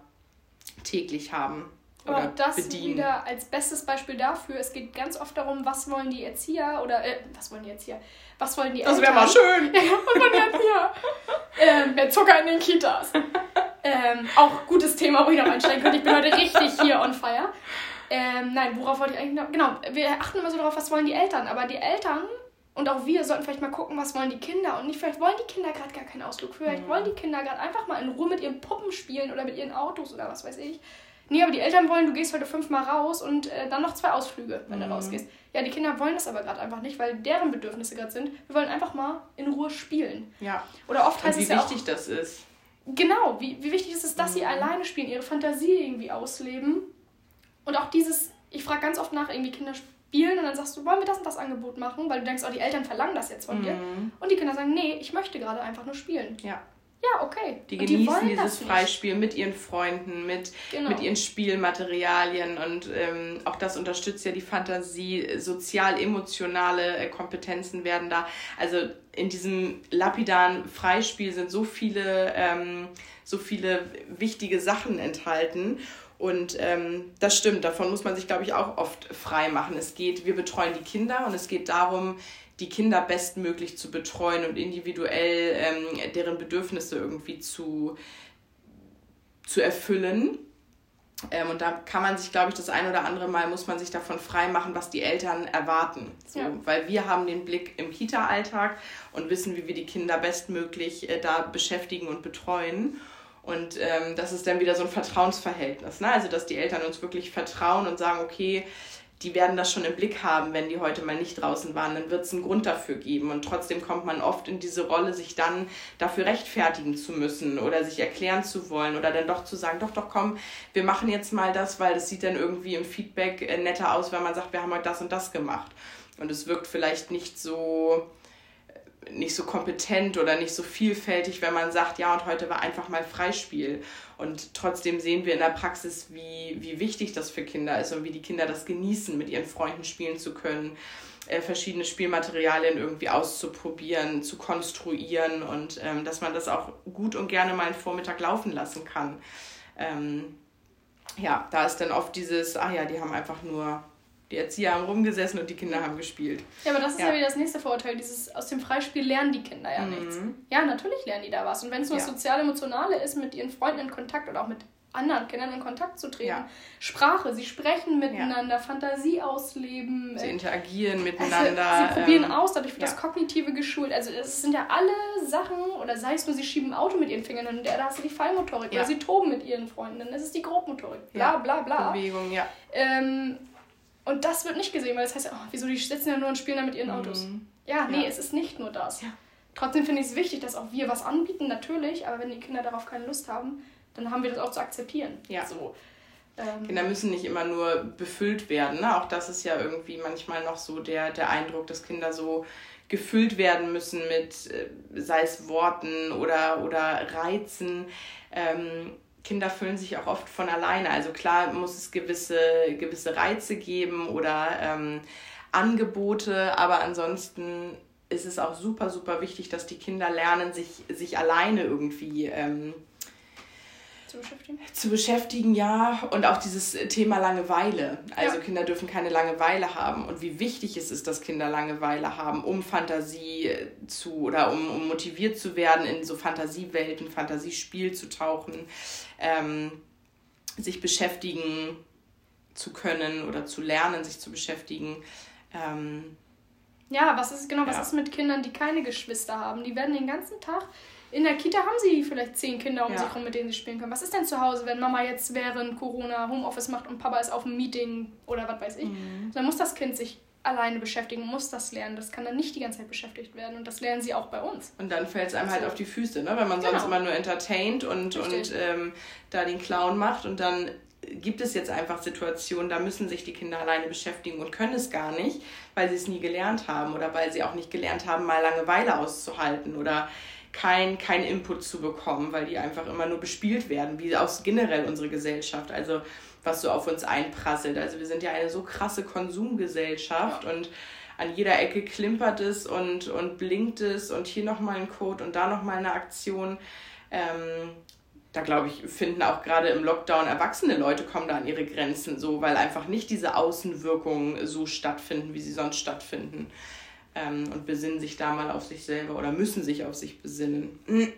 täglich haben. Aber auch das bedienen. Wieder als bestes Beispiel dafür, es geht ganz oft darum, was wollen die Erzieher oder, äh, was wollen die Erzieher? Was wollen die das Eltern? Das wäre mal schön. Ja, was wollen die Erzieher? ähm, mehr Zucker in den Kitas. ähm, auch gutes Thema, wo ich noch einsteigen könnte. Ich bin heute richtig hier on fire. Ähm, nein, worauf wollte ich eigentlich noch? Genau, wir achten immer so darauf, was wollen die Eltern. Aber die Eltern und auch wir sollten vielleicht mal gucken, was wollen die Kinder. Und nicht, vielleicht wollen die Kinder gerade gar keinen Ausflug. Vielleicht mhm. wollen die Kinder gerade einfach mal in Ruhe mit ihren Puppen spielen oder mit ihren Autos oder was weiß ich. Nee, aber die Eltern wollen, du gehst heute fünfmal raus und äh, dann noch zwei Ausflüge, wenn mhm. du rausgehst. Ja, die Kinder wollen das aber gerade einfach nicht, weil deren Bedürfnisse gerade sind. Wir wollen einfach mal in Ruhe spielen. Ja. Oder oft heißt und es ja auch... wie wichtig das ist. Genau, wie, wie wichtig ist es, dass mhm. sie alleine spielen, ihre Fantasie irgendwie ausleben. Und auch dieses, ich frage ganz oft nach, irgendwie Kinder spielen und dann sagst du, wollen wir das und das Angebot machen? Weil du denkst, oh, die Eltern verlangen das jetzt von mhm. dir. Und die Kinder sagen, nee, ich möchte gerade einfach nur spielen. Ja. Ja, okay. Die genießen die dieses Freispiel mit ihren Freunden, mit, genau. mit ihren Spielmaterialien und ähm, auch das unterstützt ja die Fantasie, sozial-emotionale äh, Kompetenzen werden da. Also in diesem lapidaren Freispiel sind so viele, ähm, so viele wichtige Sachen enthalten. Und ähm, das stimmt, davon muss man sich, glaube ich, auch oft frei machen. Es geht, wir betreuen die Kinder und es geht darum, die Kinder bestmöglich zu betreuen und individuell ähm, deren Bedürfnisse irgendwie zu, zu erfüllen. Ähm, und da kann man sich, glaube ich, das ein oder andere Mal, muss man sich davon frei machen, was die Eltern erwarten. So, ja. Weil wir haben den Blick im Kita-Alltag und wissen, wie wir die Kinder bestmöglich äh, da beschäftigen und betreuen. Und ähm, das ist dann wieder so ein Vertrauensverhältnis, ne? Also, dass die Eltern uns wirklich vertrauen und sagen, okay, die werden das schon im Blick haben, wenn die heute mal nicht draußen waren, dann wird es einen Grund dafür geben. Und trotzdem kommt man oft in diese Rolle, sich dann dafür rechtfertigen zu müssen oder sich erklären zu wollen oder dann doch zu sagen, doch, doch, komm, wir machen jetzt mal das, weil das sieht dann irgendwie im Feedback netter aus, wenn man sagt, wir haben heute das und das gemacht. Und es wirkt vielleicht nicht so... nicht so kompetent oder nicht so vielfältig, wenn man sagt, ja, und heute war einfach mal Freispiel. Und trotzdem sehen wir in der Praxis, wie, wie wichtig das für Kinder ist und wie die Kinder das genießen, mit ihren Freunden spielen zu können, äh, verschiedene Spielmaterialien irgendwie auszuprobieren, zu konstruieren und ähm, dass man das auch gut und gerne mal einen Vormittag laufen lassen kann. Ähm, ja, da ist dann oft dieses, ah ja, die haben einfach nur... Die Erzieher haben rumgesessen und die Kinder haben gespielt. Ja, aber das ist ja, ja wieder das nächste Vorurteil. Dieses, aus dem Freispiel lernen die Kinder ja mhm. nichts. Ja, natürlich lernen die da was. Und wenn es nur ja. das Sozial-Emotionale ist, mit ihren Freunden in Kontakt oder auch mit anderen Kindern in Kontakt zu treten. Ja. Sprache, sie sprechen miteinander, ja. Fantasie ausleben. Sie interagieren miteinander. Also, sie probieren ähm, aus, dadurch wird ja. das Kognitive geschult. Also es sind ja alle Sachen, oder sei es nur, sie schieben ein Auto mit ihren Fingern und da hast du die Feinmotorik. Ja. Oder sie toben mit ihren Freunden, dann ist es die Grobmotorik. Bla, ja. bla, bla. Bewegung, ja. Ähm, Und das wird nicht gesehen, weil das heißt, oh, wieso, die sitzen ja nur und spielen da mit ihren Autos. Mhm. Ja, nee, ja. es ist nicht nur das. Ja. Trotzdem finde ich es wichtig, dass auch wir was anbieten, natürlich, aber wenn die Kinder darauf keine Lust haben, dann haben wir das auch zu akzeptieren. Ja. So, ähm, Kinder müssen nicht immer nur befüllt werden, ne? Auch das ist ja irgendwie manchmal noch so der, der Eindruck, dass Kinder so gefüllt werden müssen mit, sei es Worten oder, oder Reizen. Ähm, Kinder füllen sich auch oft von alleine. Also klar muss es gewisse, gewisse Reize geben oder ähm, Angebote, aber ansonsten ist es auch super, super wichtig, dass die Kinder lernen, sich, sich alleine irgendwie ähm, zu beschäftigen. Zu beschäftigen, ja. Und auch dieses Thema Langeweile. Also ja. Kinder dürfen keine Langeweile haben. Und wie wichtig es ist, dass Kinder Langeweile haben, um Fantasie zu oder um, um motiviert zu werden, in so Fantasiewelten, Fantasiespiel zu tauchen, ähm, sich beschäftigen zu können oder zu lernen, sich zu beschäftigen. Ähm, ja, was ist genau, was ja. ist mit Kindern, die keine Geschwister haben? Die werden den ganzen Tag... In der Kita haben sie vielleicht zehn Kinder um ja. sich herum, mit denen sie spielen können. Was ist denn zu Hause, wenn Mama jetzt während Corona Homeoffice macht und Papa ist auf einem Meeting oder was weiß ich? Mhm. Dann muss das Kind sich alleine beschäftigen, muss das lernen. Das kann dann nicht die ganze Zeit beschäftigt werden und das lernen sie auch bei uns. Und dann fällt es einem halt auf die Füße, ne? Wenn man sonst genau. immer nur entertaint und, und ähm, da den Clown macht und dann gibt es jetzt einfach Situationen, da müssen sich die Kinder alleine beschäftigen und können es gar nicht, weil sie es nie gelernt haben oder weil sie auch nicht gelernt haben, mal Langeweile auszuhalten oder kein, kein Input zu bekommen, weil die einfach immer nur bespielt werden, wie auch generell unsere Gesellschaft, also was so auf uns einprasselt. Also wir sind ja eine so krasse Konsumgesellschaft ja. und an jeder Ecke klimpert es und, und blinkt es und hier nochmal ein Code und da nochmal eine Aktion. Ähm, da glaube ich, finden auch gerade im Lockdown erwachsene Leute kommen da an ihre Grenzen, so, weil einfach nicht diese Außenwirkungen so stattfinden, wie sie sonst stattfinden. Ähm, und besinnen sich da mal auf sich selber oder müssen sich auf sich besinnen.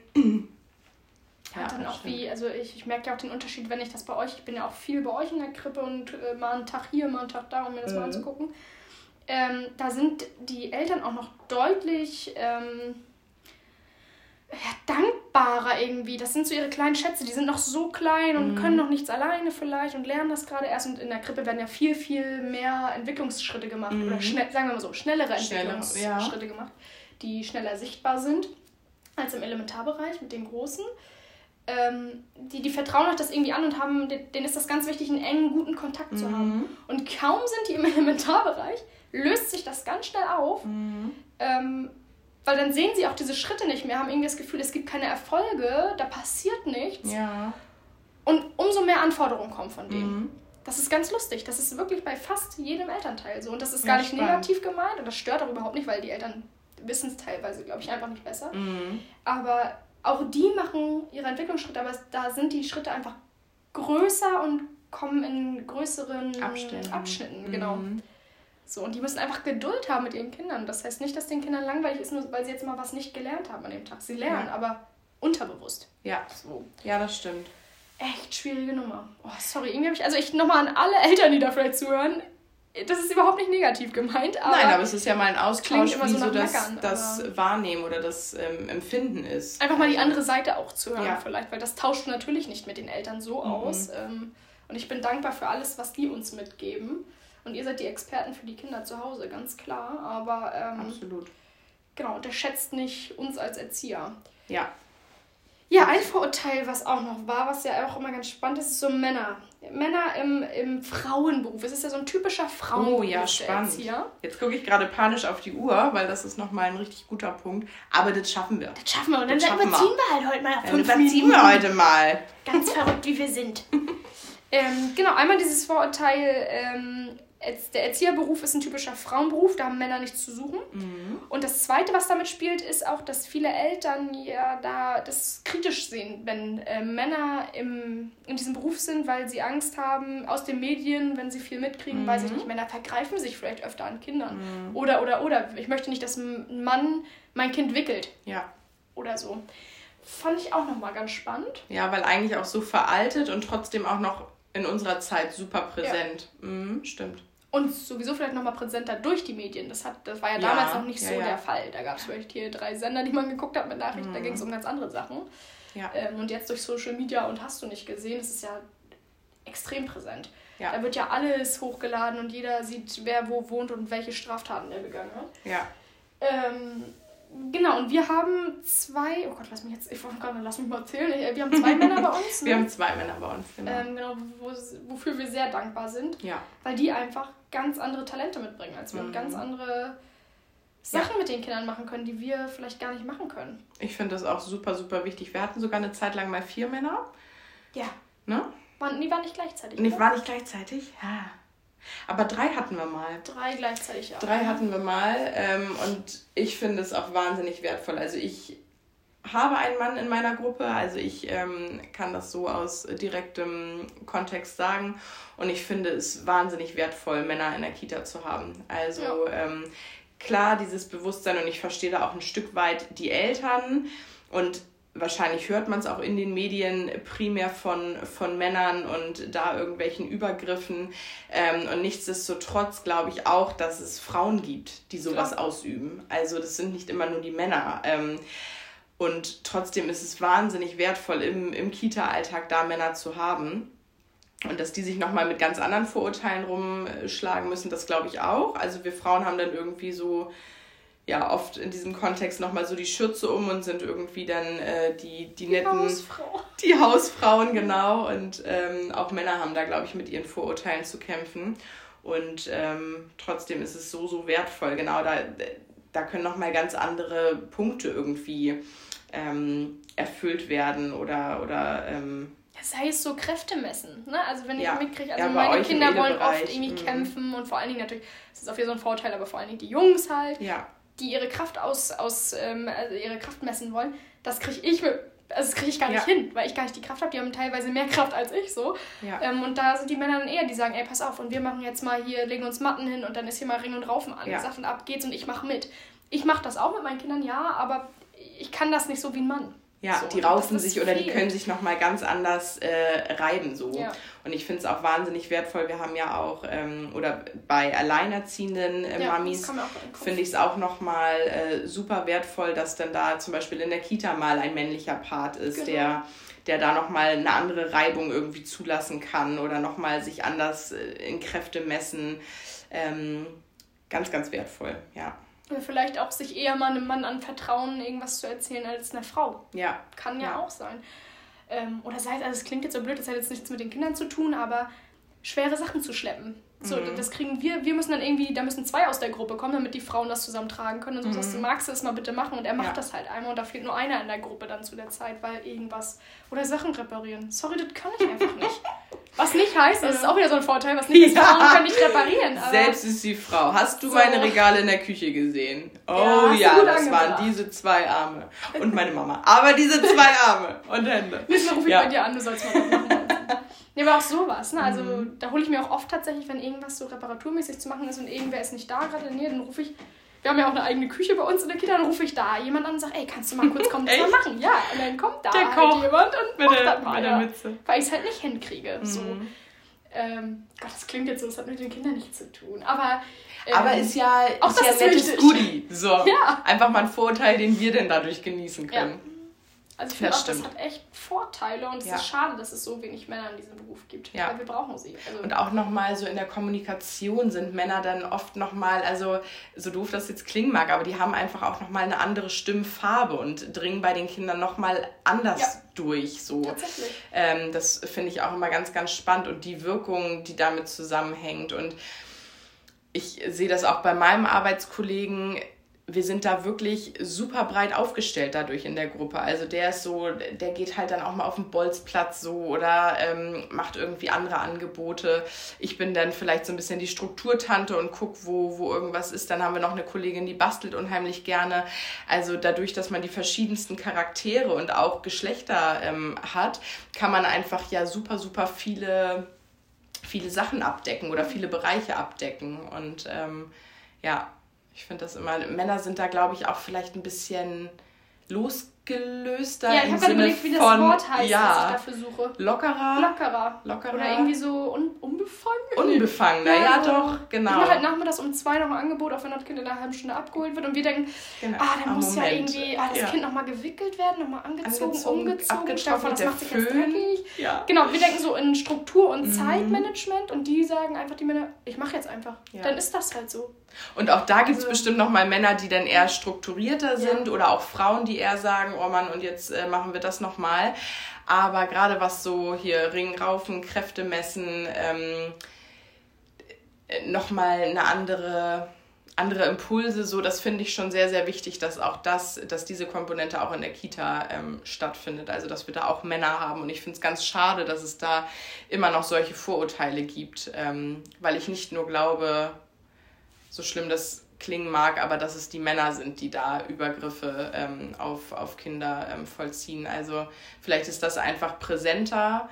Ja, dann auch stimmt. wie, also ich, ich merke ja auch den Unterschied, wenn ich das bei euch, ich bin ja auch viel bei euch in der Krippe und äh, mal einen Tag hier, mal einen Tag da, um mir das mhm. mal anzugucken. Ähm, da sind die Eltern auch noch deutlich ähm, ja, dankbarer irgendwie. Das sind so ihre kleinen Schätze, die sind noch so klein und mhm. können noch nichts alleine vielleicht und lernen das gerade erst. Und in der Krippe werden ja viel, viel mehr Entwicklungsschritte gemacht mhm. oder schnell, sagen wir mal so, schnellere Entwicklungsschritte ja. gemacht, die schneller sichtbar sind als im Elementarbereich mit den Großen. Ähm, die, die vertrauen euch das irgendwie an und haben, denen ist das ganz wichtig, einen engen, guten Kontakt mhm. zu haben. Und kaum sind die im Elementarbereich, löst sich das ganz schnell auf, mhm. ähm, weil dann sehen sie auch diese Schritte nicht mehr, haben irgendwie das Gefühl, es gibt keine Erfolge, da passiert nichts. Ja. Und umso mehr Anforderungen kommen von denen. Mhm. Das ist ganz lustig. Das ist wirklich bei fast jedem Elternteil so. Und das ist gar ja, nicht spannend. Negativ gemeint und das stört auch überhaupt nicht, weil die Eltern wissen es teilweise, glaube ich, einfach nicht besser. Mhm. Aber auch die machen ihre Entwicklungsschritte, aber da sind die Schritte einfach größer und kommen in größeren Abständen. Abschnitten. Genau. Mhm. So, und die müssen einfach Geduld haben mit ihren Kindern. Das heißt nicht, dass den Kindern langweilig ist, nur weil sie jetzt mal was nicht gelernt haben an dem Tag. Sie lernen, Ja. aber unterbewusst. Ja. So. Ja, das stimmt. Echt schwierige Nummer. Oh, sorry, irgendwie habe ich, also ich nochmal an alle Eltern, die da vielleicht zuhören, das ist überhaupt nicht negativ gemeint. Aber Nein, aber es ist ja mal ein Austausch, immer wie so so nach das, Meckern, das Wahrnehmen oder das ähm, Empfinden ist. einfach mal die Also, andere Seite auch zu hören Ja. vielleicht, weil das tauscht natürlich nicht mit den Eltern so Mhm. aus. Ähm, und ich bin dankbar für alles, was die uns mitgeben. Und ihr seid die Experten für die Kinder zu Hause, ganz klar. Aber ähm, Absolut. genau, unterschätzt nicht uns als Erzieher. Ja. Ja, ein Vorurteil, was auch noch war, was ja auch immer ganz spannend ist, ist so Männer. Männer im, im Frauenberuf. Es ist ja so ein typischer Frauenberuf. Oh ja, der spannend. Erzieher. Jetzt gucke ich gerade panisch auf die Uhr, weil das ist nochmal ein richtig guter Punkt. Aber das schaffen wir. Das schaffen wir. Und dann Das schaffen überziehen wir halt heute mal auf Dann fünf überziehen Minuten. wir heute mal. Ganz verrückt, wie wir sind. ähm, genau, einmal dieses Vorurteil, ähm, der Erzieherberuf ist ein typischer Frauenberuf, da haben Männer nichts zu suchen. Mhm. Und das Zweite, was damit spielt, ist auch, dass viele Eltern ja da das kritisch sehen, wenn äh, Männer im, in diesem Beruf sind, weil sie Angst haben aus den Medien, wenn sie viel mitkriegen, Mhm. weiß ich nicht, Männer vergreifen sich vielleicht öfter an Kindern. Mhm. Oder, oder, oder, ich möchte nicht, dass ein Mann mein Kind wickelt. Ja. Oder so. Fand ich auch nochmal ganz spannend. Ja, weil eigentlich auch so veraltet und trotzdem auch noch in unserer Zeit super präsent. Ja. Mhm, stimmt. Und sowieso vielleicht nochmal präsenter durch die Medien. Das, hat, das war ja, Ja, damals noch nicht ja, so ja. der Fall. Da gab es vielleicht hier drei Sender, die man geguckt hat mit Nachrichten. Mhm. Da ging es um ganz andere Sachen. Ja. Ähm, und jetzt durch Social Media und hast du nicht gesehen, es ist ja extrem präsent. Ja. Da wird ja alles hochgeladen und jeder sieht, wer wo wohnt und welche Straftaten er begangen hat. Ja. Ähm, genau, und wir haben zwei, oh Gott, lass mich jetzt, ich wollte gerade, lass mich mal erzählen. Wir haben zwei Männer bei uns. Ne? Wir haben zwei Männer bei uns, genau. Ähm, genau, wo, wofür wir sehr dankbar sind. Ja. Weil die einfach ganz andere Talente mitbringen als wir Mhm. und ganz andere Sachen ja. mit den Kindern machen können, die wir vielleicht gar nicht machen können. Ich finde das auch super, super wichtig. Wir hatten sogar eine Zeit lang mal vier Männer. Ja. Ne? Waren, die waren nicht gleichzeitig. Nee, oder? war nicht gleichzeitig? Ja. Aber drei hatten wir mal. Drei gleichzeitig, ja. Drei hatten wir mal. Ähm, und ich finde es auch wahnsinnig wertvoll. Also ich habe einen Mann in meiner Gruppe, also ich ähm, kann das so aus direktem Kontext sagen und ich finde es wahnsinnig wertvoll, Männer in der Kita zu haben. Also ja. ähm, klar, dieses Bewusstsein und ich verstehe da auch ein Stück weit die Eltern und wahrscheinlich hört man es auch in den Medien primär von, von Männern und da irgendwelchen Übergriffen ähm, und nichtsdestotrotz glaube ich auch, dass es Frauen gibt, die sowas Klar. ausüben. Also das sind nicht immer nur die Männer. Ähm, Und trotzdem ist es wahnsinnig wertvoll, im, im Kita-Alltag da Männer zu haben. Und dass die sich nochmal mit ganz anderen Vorurteilen rumschlagen müssen, das glaube ich auch. Also wir Frauen haben dann irgendwie so, ja, oft in diesem Kontext nochmal so die Schürze um und sind irgendwie dann äh, die, die, die netten... Hausfrau. Die Hausfrauen, genau. Und ähm, auch Männer haben da, glaube ich, mit ihren Vorurteilen zu kämpfen. Und ähm, trotzdem ist es so, so wertvoll. Genau, da, da können nochmal ganz andere Punkte irgendwie ähm, erfüllt werden oder... oder ähm, sei es so Kräfte messen, ne? Also wenn ich ja. mitkriege, also ja, meine Kinder wollen oft irgendwie mhm. kämpfen und vor allen Dingen natürlich, das ist auch wieder so ein Vorteil, aber vor allen Dingen die Jungs halt, ja. die ihre Kraft aus, aus ähm, also ihre Kraft messen wollen, das kriege ich mit, also das kriege ich gar nicht ja. hin, weil ich gar nicht die Kraft habe, die haben teilweise mehr Kraft als ich so. Ja. Ähm, und da sind die Männer dann eher, die sagen, ey, pass auf, und wir machen jetzt mal hier, legen uns Matten hin und dann ist hier mal Ring und Raufen angesagt ja. und ab geht's und ich mache mit. Ich mache das auch mit meinen Kindern, ja, aber ich kann das nicht so wie ein Mann. Ja, so, die raufen sich oder viel. die können sich nochmal ganz anders äh, reiben so. Ja. Und ich finde es auch wahnsinnig wertvoll. Wir haben ja auch, ähm, oder bei alleinerziehenden äh, ja, Mamis finde ich es auch nochmal äh, super wertvoll, dass dann da zum Beispiel in der Kita mal ein männlicher Part ist, genau. der, der da nochmal eine andere Reibung irgendwie zulassen kann oder nochmal sich anders äh, in Kräfte messen. Ähm, ganz, ganz wertvoll, ja. Oder vielleicht auch sich eher mal einem Mann anvertrauen, irgendwas zu erzählen, als einer Frau. Ja. Kann ja, ja. auch sein. Ähm, oder sei es, also es klingt jetzt so blöd, das hat jetzt nichts mit den Kindern zu tun, aber schwere Sachen zu schleppen. So, mhm. das kriegen wir, wir müssen dann irgendwie, da müssen zwei aus der Gruppe kommen, damit die Frauen das zusammen tragen können. Und so mhm. sagst du, magst du das mal bitte machen? Und er macht ja. das halt einmal und da fehlt nur einer in der Gruppe dann zu der Zeit, weil irgendwas, oder Sachen reparieren. Sorry, das kann ich einfach nicht. Was nicht heißt, das ist auch wieder so ein Vorteil, was nicht ja. Frauen können nicht reparieren. Aber selbst ist die Frau. Hast du so. meine Regale in der Küche gesehen? Oh ja, ja das angebracht. Waren diese zwei Arme. Und meine Mama. Aber diese zwei Arme und Hände. Nächstes Mal rufe ich ja. bei dir an, du sollst mal was machen. Ja, aber auch sowas, ne? Also mhm. da hole ich mir auch oft tatsächlich, wenn irgendwas so reparaturmäßig zu machen ist und irgendwer ist nicht da gerade in der Nähe, dann rufe ich, wir haben ja auch eine eigene Küche bei uns in der Kita, dann rufe ich da jemand an und sage, ey, kannst du mal kurz kommen, das mal machen? Ja, und dann kommt da der halt Koch jemand und mit macht der, das mal. mit der Mütze. Weil ich es halt nicht hinkriege. Mhm. So. Ähm, Gott, das klingt jetzt so, das hat mit den Kindern nichts zu tun. Aber, ähm, aber ist ja, auch ist ja ein nettes Goodie. So. Ja. Einfach mal ein Vorteil, den wir denn dadurch genießen können. Ja. Also ich finde auch, das hat echt Vorteile und es ja. ist schade, dass es so wenig Männer in diesem Beruf gibt, ja. weil wir brauchen sie. Also und auch nochmal so in der Kommunikation sind Männer dann oft nochmal, also so doof das jetzt klingen mag, aber die haben einfach auch nochmal eine andere Stimmfarbe und dringen bei den Kindern nochmal anders ja. durch. So. Tatsächlich. Ähm, das finde ich auch immer ganz, ganz spannend und die Wirkung, die damit zusammenhängt. Und ich sehe das auch bei meinem Arbeitskollegen. Wir sind da wirklich super breit aufgestellt dadurch in der Gruppe. Also der ist so, der geht halt dann auch mal auf den Bolzplatz so oder ähm, macht irgendwie andere Angebote. Ich bin dann vielleicht so ein bisschen die Strukturtante und gucke, wo, wo irgendwas ist. Dann haben wir noch eine Kollegin, die bastelt unheimlich gerne. Also dadurch, dass man die verschiedensten Charaktere und auch Geschlechter ähm, hat, kann man einfach ja super, super viele, viele Sachen abdecken oder viele Bereiche abdecken. Und ähm, ja, ich finde das immer, Männer sind da, glaube ich, auch vielleicht ein bisschen losgelöster. Ja, ich habe gerade überlegt, wie das von, Wort heißt, ja, was ich dafür suche. Lockerer. Lockerer. Lockerer. Oder irgendwie so un unbefangen. Unbefangener, ja, ja so. Doch, genau. Ich mache halt nachmittags um zwei noch ein Angebot, auch wenn das Kind in einer halben Stunde abgeholt wird. Und wir denken, genau. ah, dann ah, muss Moment. ja irgendwie ah, das ja. Kind nochmal gewickelt werden, nochmal angezogen, angezogen, umgezogen. Stell dir vor, das macht sich jetzt Föhn. dreckig. Ja. Genau, wir denken so in Struktur und mhm. Zeitmanagement und die sagen einfach, die Männer, ich mache jetzt einfach. Ja. Dann ist das halt so. Und auch da gibt es also, bestimmt nochmal Männer, die dann eher strukturierter sind ja. oder auch Frauen, die eher sagen, oh Mann, und jetzt äh, machen wir das nochmal. Aber gerade was so hier Ring, Raufen, Kräfte messen, ähm, nochmal eine andere, andere Impulse, so das finde ich schon sehr, sehr wichtig, dass auch das, dass diese Komponente auch in der Kita ähm, stattfindet. Also dass wir da auch Männer haben. Und ich finde es ganz schade, dass es da immer noch solche Vorurteile gibt, ähm, weil ich nicht nur glaube, so schlimm das klingen mag, aber dass es die Männer sind, die da Übergriffe ähm, auf, auf Kinder ähm, vollziehen. Also vielleicht ist das einfach präsenter,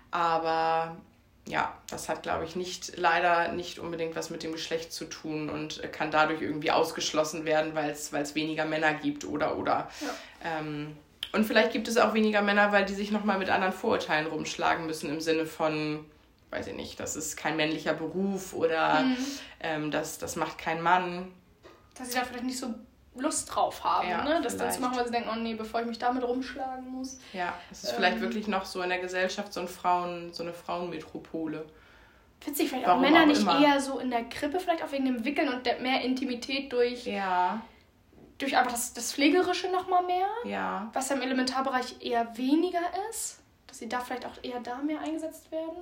aber ja, das hat, glaube ich, nicht leider nicht unbedingt was mit dem Geschlecht zu tun und kann dadurch irgendwie ausgeschlossen werden, weil es weil es weniger Männer gibt oder oder. Ja. Ähm, und vielleicht gibt es auch weniger Männer, weil die sich nochmal mit anderen Vorurteilen rumschlagen müssen im Sinne von, weiß ich nicht, das ist kein männlicher Beruf oder mhm. ähm, das, das macht kein Mann. Dass sie da vielleicht nicht so Lust drauf haben, ja, ne? Das vielleicht. Dann zu machen, weil sie denken, oh nee, bevor ich mich damit rumschlagen muss. Ja, es ist ähm, vielleicht wirklich noch so in der Gesellschaft so, ein Frauen, so eine Frauenmetropole. Witzig, vielleicht Warum auch Männer auch nicht immer. eher so in der Krippe, vielleicht auch wegen dem Wickeln und der mehr Intimität durch, ja. durch einfach das, das Pflegerische nochmal mehr. Ja. Was ja im Elementarbereich eher weniger ist. Dass sie da vielleicht auch eher da mehr eingesetzt werden.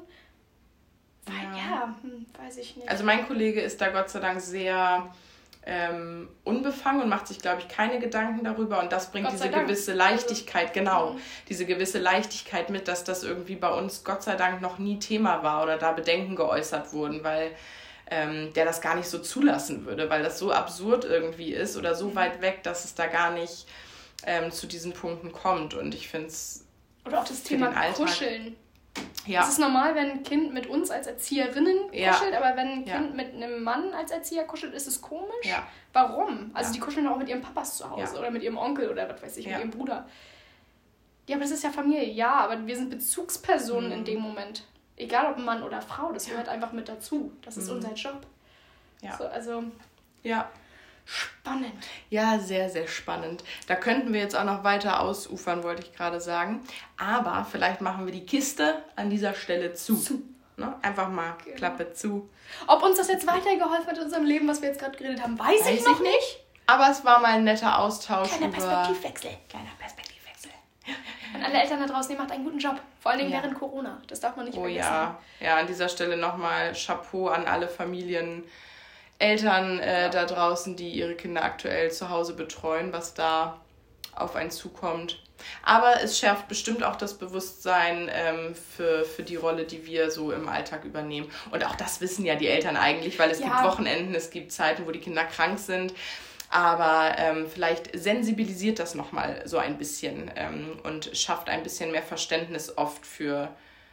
Weil, ja, ja hm, weiß ich nicht. Also mein Kollege ist da Gott sei Dank sehr ähm, unbefangen und macht sich, glaube ich, keine Gedanken darüber. Und das bringt diese Dank. gewisse Leichtigkeit, also, genau, mhm. diese gewisse Leichtigkeit mit, dass das irgendwie bei uns Gott sei Dank noch nie Thema war oder da Bedenken geäußert wurden, weil ähm, der das gar nicht so zulassen würde, weil das so absurd irgendwie ist oder so mhm. weit weg, dass es da gar nicht ähm, zu diesen Punkten kommt. Und ich finde es oder auch das Thema Kuscheln. Ja. Es ist normal, wenn ein Kind mit uns als Erzieherinnen kuschelt, ja. aber wenn ein Kind ja. mit einem Mann als Erzieher kuschelt, ist es komisch. Ja. Warum? Also ja. die kuscheln auch mit ihrem Papas zu Hause ja. oder mit ihrem Onkel oder was weiß ich, ja. mit ihrem Bruder. Ja, aber das ist ja Familie. Ja, aber wir sind Bezugspersonen mhm. in dem Moment. Egal ob Mann oder Frau, das ja. gehört einfach mit dazu. Das ist mhm. unser Job. Ja. So, also ja. spannend. Ja, sehr, sehr spannend. Da könnten wir jetzt auch noch weiter ausufern, wollte ich gerade sagen. Aber vielleicht machen wir die Kiste an dieser Stelle zu. zu. Ne? Einfach mal genau. Klappe zu. Ob uns das jetzt weitergeholfen hat in unserem Leben, was wir jetzt gerade geredet haben, weiß, weiß ich noch ich nicht. nicht. Aber es war mal ein netter Austausch. Kleiner über Perspektivwechsel. Kleiner Perspektivwechsel. Und alle Eltern da draußen, ihr macht einen guten Job. Vor allen Dingen ja. während Corona. Das darf man nicht oh, vergessen. Ja. ja, an dieser Stelle nochmal Chapeau an alle Familien, Eltern äh, ja. da draußen, die ihre Kinder aktuell zu Hause betreuen, was da auf einen zukommt. Aber es schärft bestimmt auch das Bewusstsein ähm, für, für die Rolle, die wir so im Alltag übernehmen. Und auch das wissen ja die Eltern eigentlich, weil es ja. gibt Wochenenden, es gibt Zeiten, wo die Kinder krank sind. Aber ähm, vielleicht sensibilisiert das nochmal so ein bisschen ähm, und schafft ein bisschen mehr Verständnis oft für,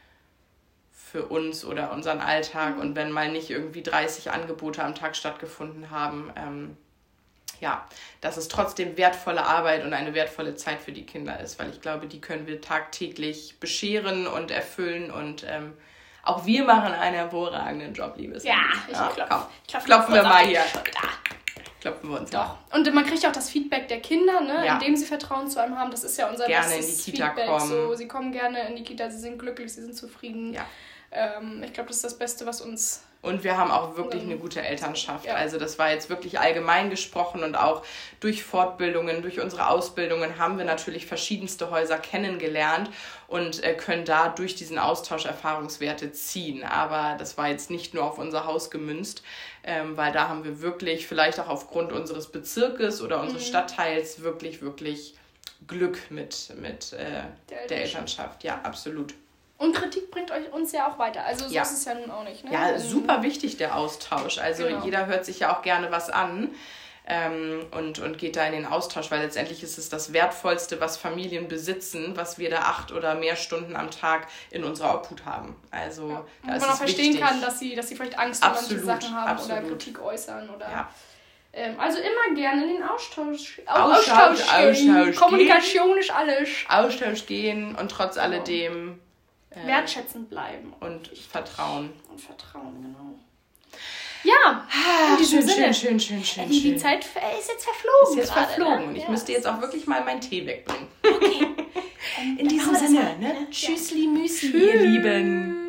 für uns oder unseren Alltag. Und wenn mal nicht irgendwie dreißig Angebote am Tag stattgefunden haben, ähm, ja, dass es trotzdem wertvolle Arbeit und eine wertvolle Zeit für die Kinder ist. Weil ich glaube, die können wir tagtäglich bescheren und erfüllen. Und ähm, auch wir machen einen hervorragenden Job, liebes Ja, ich ja, klopf, komm, klopf klopfen wir mal hier. Da. Klopfen wir uns Doch. mal. Und man kriegt auch das Feedback der Kinder, ne, ja. indem sie Vertrauen zu einem haben. Das ist ja unser gerne bestes in die Kita Feedback. Kommen. So, sie kommen gerne in die Kita, sie sind glücklich, sie sind zufrieden. Ja. Ähm, ich glaube, das ist das Beste, was uns... Und wir haben auch wirklich eine gute Elternschaft. Ja. Also das war jetzt wirklich allgemein gesprochen und auch durch Fortbildungen, durch unsere Ausbildungen haben wir natürlich verschiedenste Häuser kennengelernt und äh, können da durch diesen Austausch Erfahrungswerte ziehen. Aber das war jetzt nicht nur auf unser Haus gemünzt, ähm, weil da haben wir wirklich, vielleicht auch aufgrund unseres Bezirkes oder unseres mhm. Stadtteils, wirklich, wirklich Glück mit, mit äh, der, Elternschaft. der Elternschaft. Ja, absolut. Und Kritik bringt euch uns ja auch weiter. Also so ja. ist es ja nun auch nicht. Ne? Ja, super wichtig der Austausch. Also genau. jeder hört sich ja auch gerne was an ähm, und, und geht da in den Austausch, weil letztendlich ist es das Wertvollste, was Familien besitzen, was wir da acht oder mehr Stunden am Tag in unserer Obhut haben. Also ja. da und ist man auch es verstehen wichtig. kann, dass sie, dass sie vielleicht Angst vor absolut, manchen Sachen haben absolut. oder Kritik äußern. Oder ja. ähm, also immer gerne in den Austausch. Austausch, Austausch, Austausch gehen. Kommunikation ist alles. Austausch gehen und trotz genau. alledem Äh, wertschätzend bleiben. Und Vertrauen. Und Vertrauen, genau. Ja, in diesem schön, Sinne. schön, schön, schön, schön. Die, die Zeit ist jetzt verflogen. Ist jetzt gerade, verflogen. Ne? Und ich ja, müsste jetzt auch wirklich mal meinen Tee wegbringen. Okay. In diesem Sinne, ne? Ja. Tschüssli, Müsli, ihr Lieben.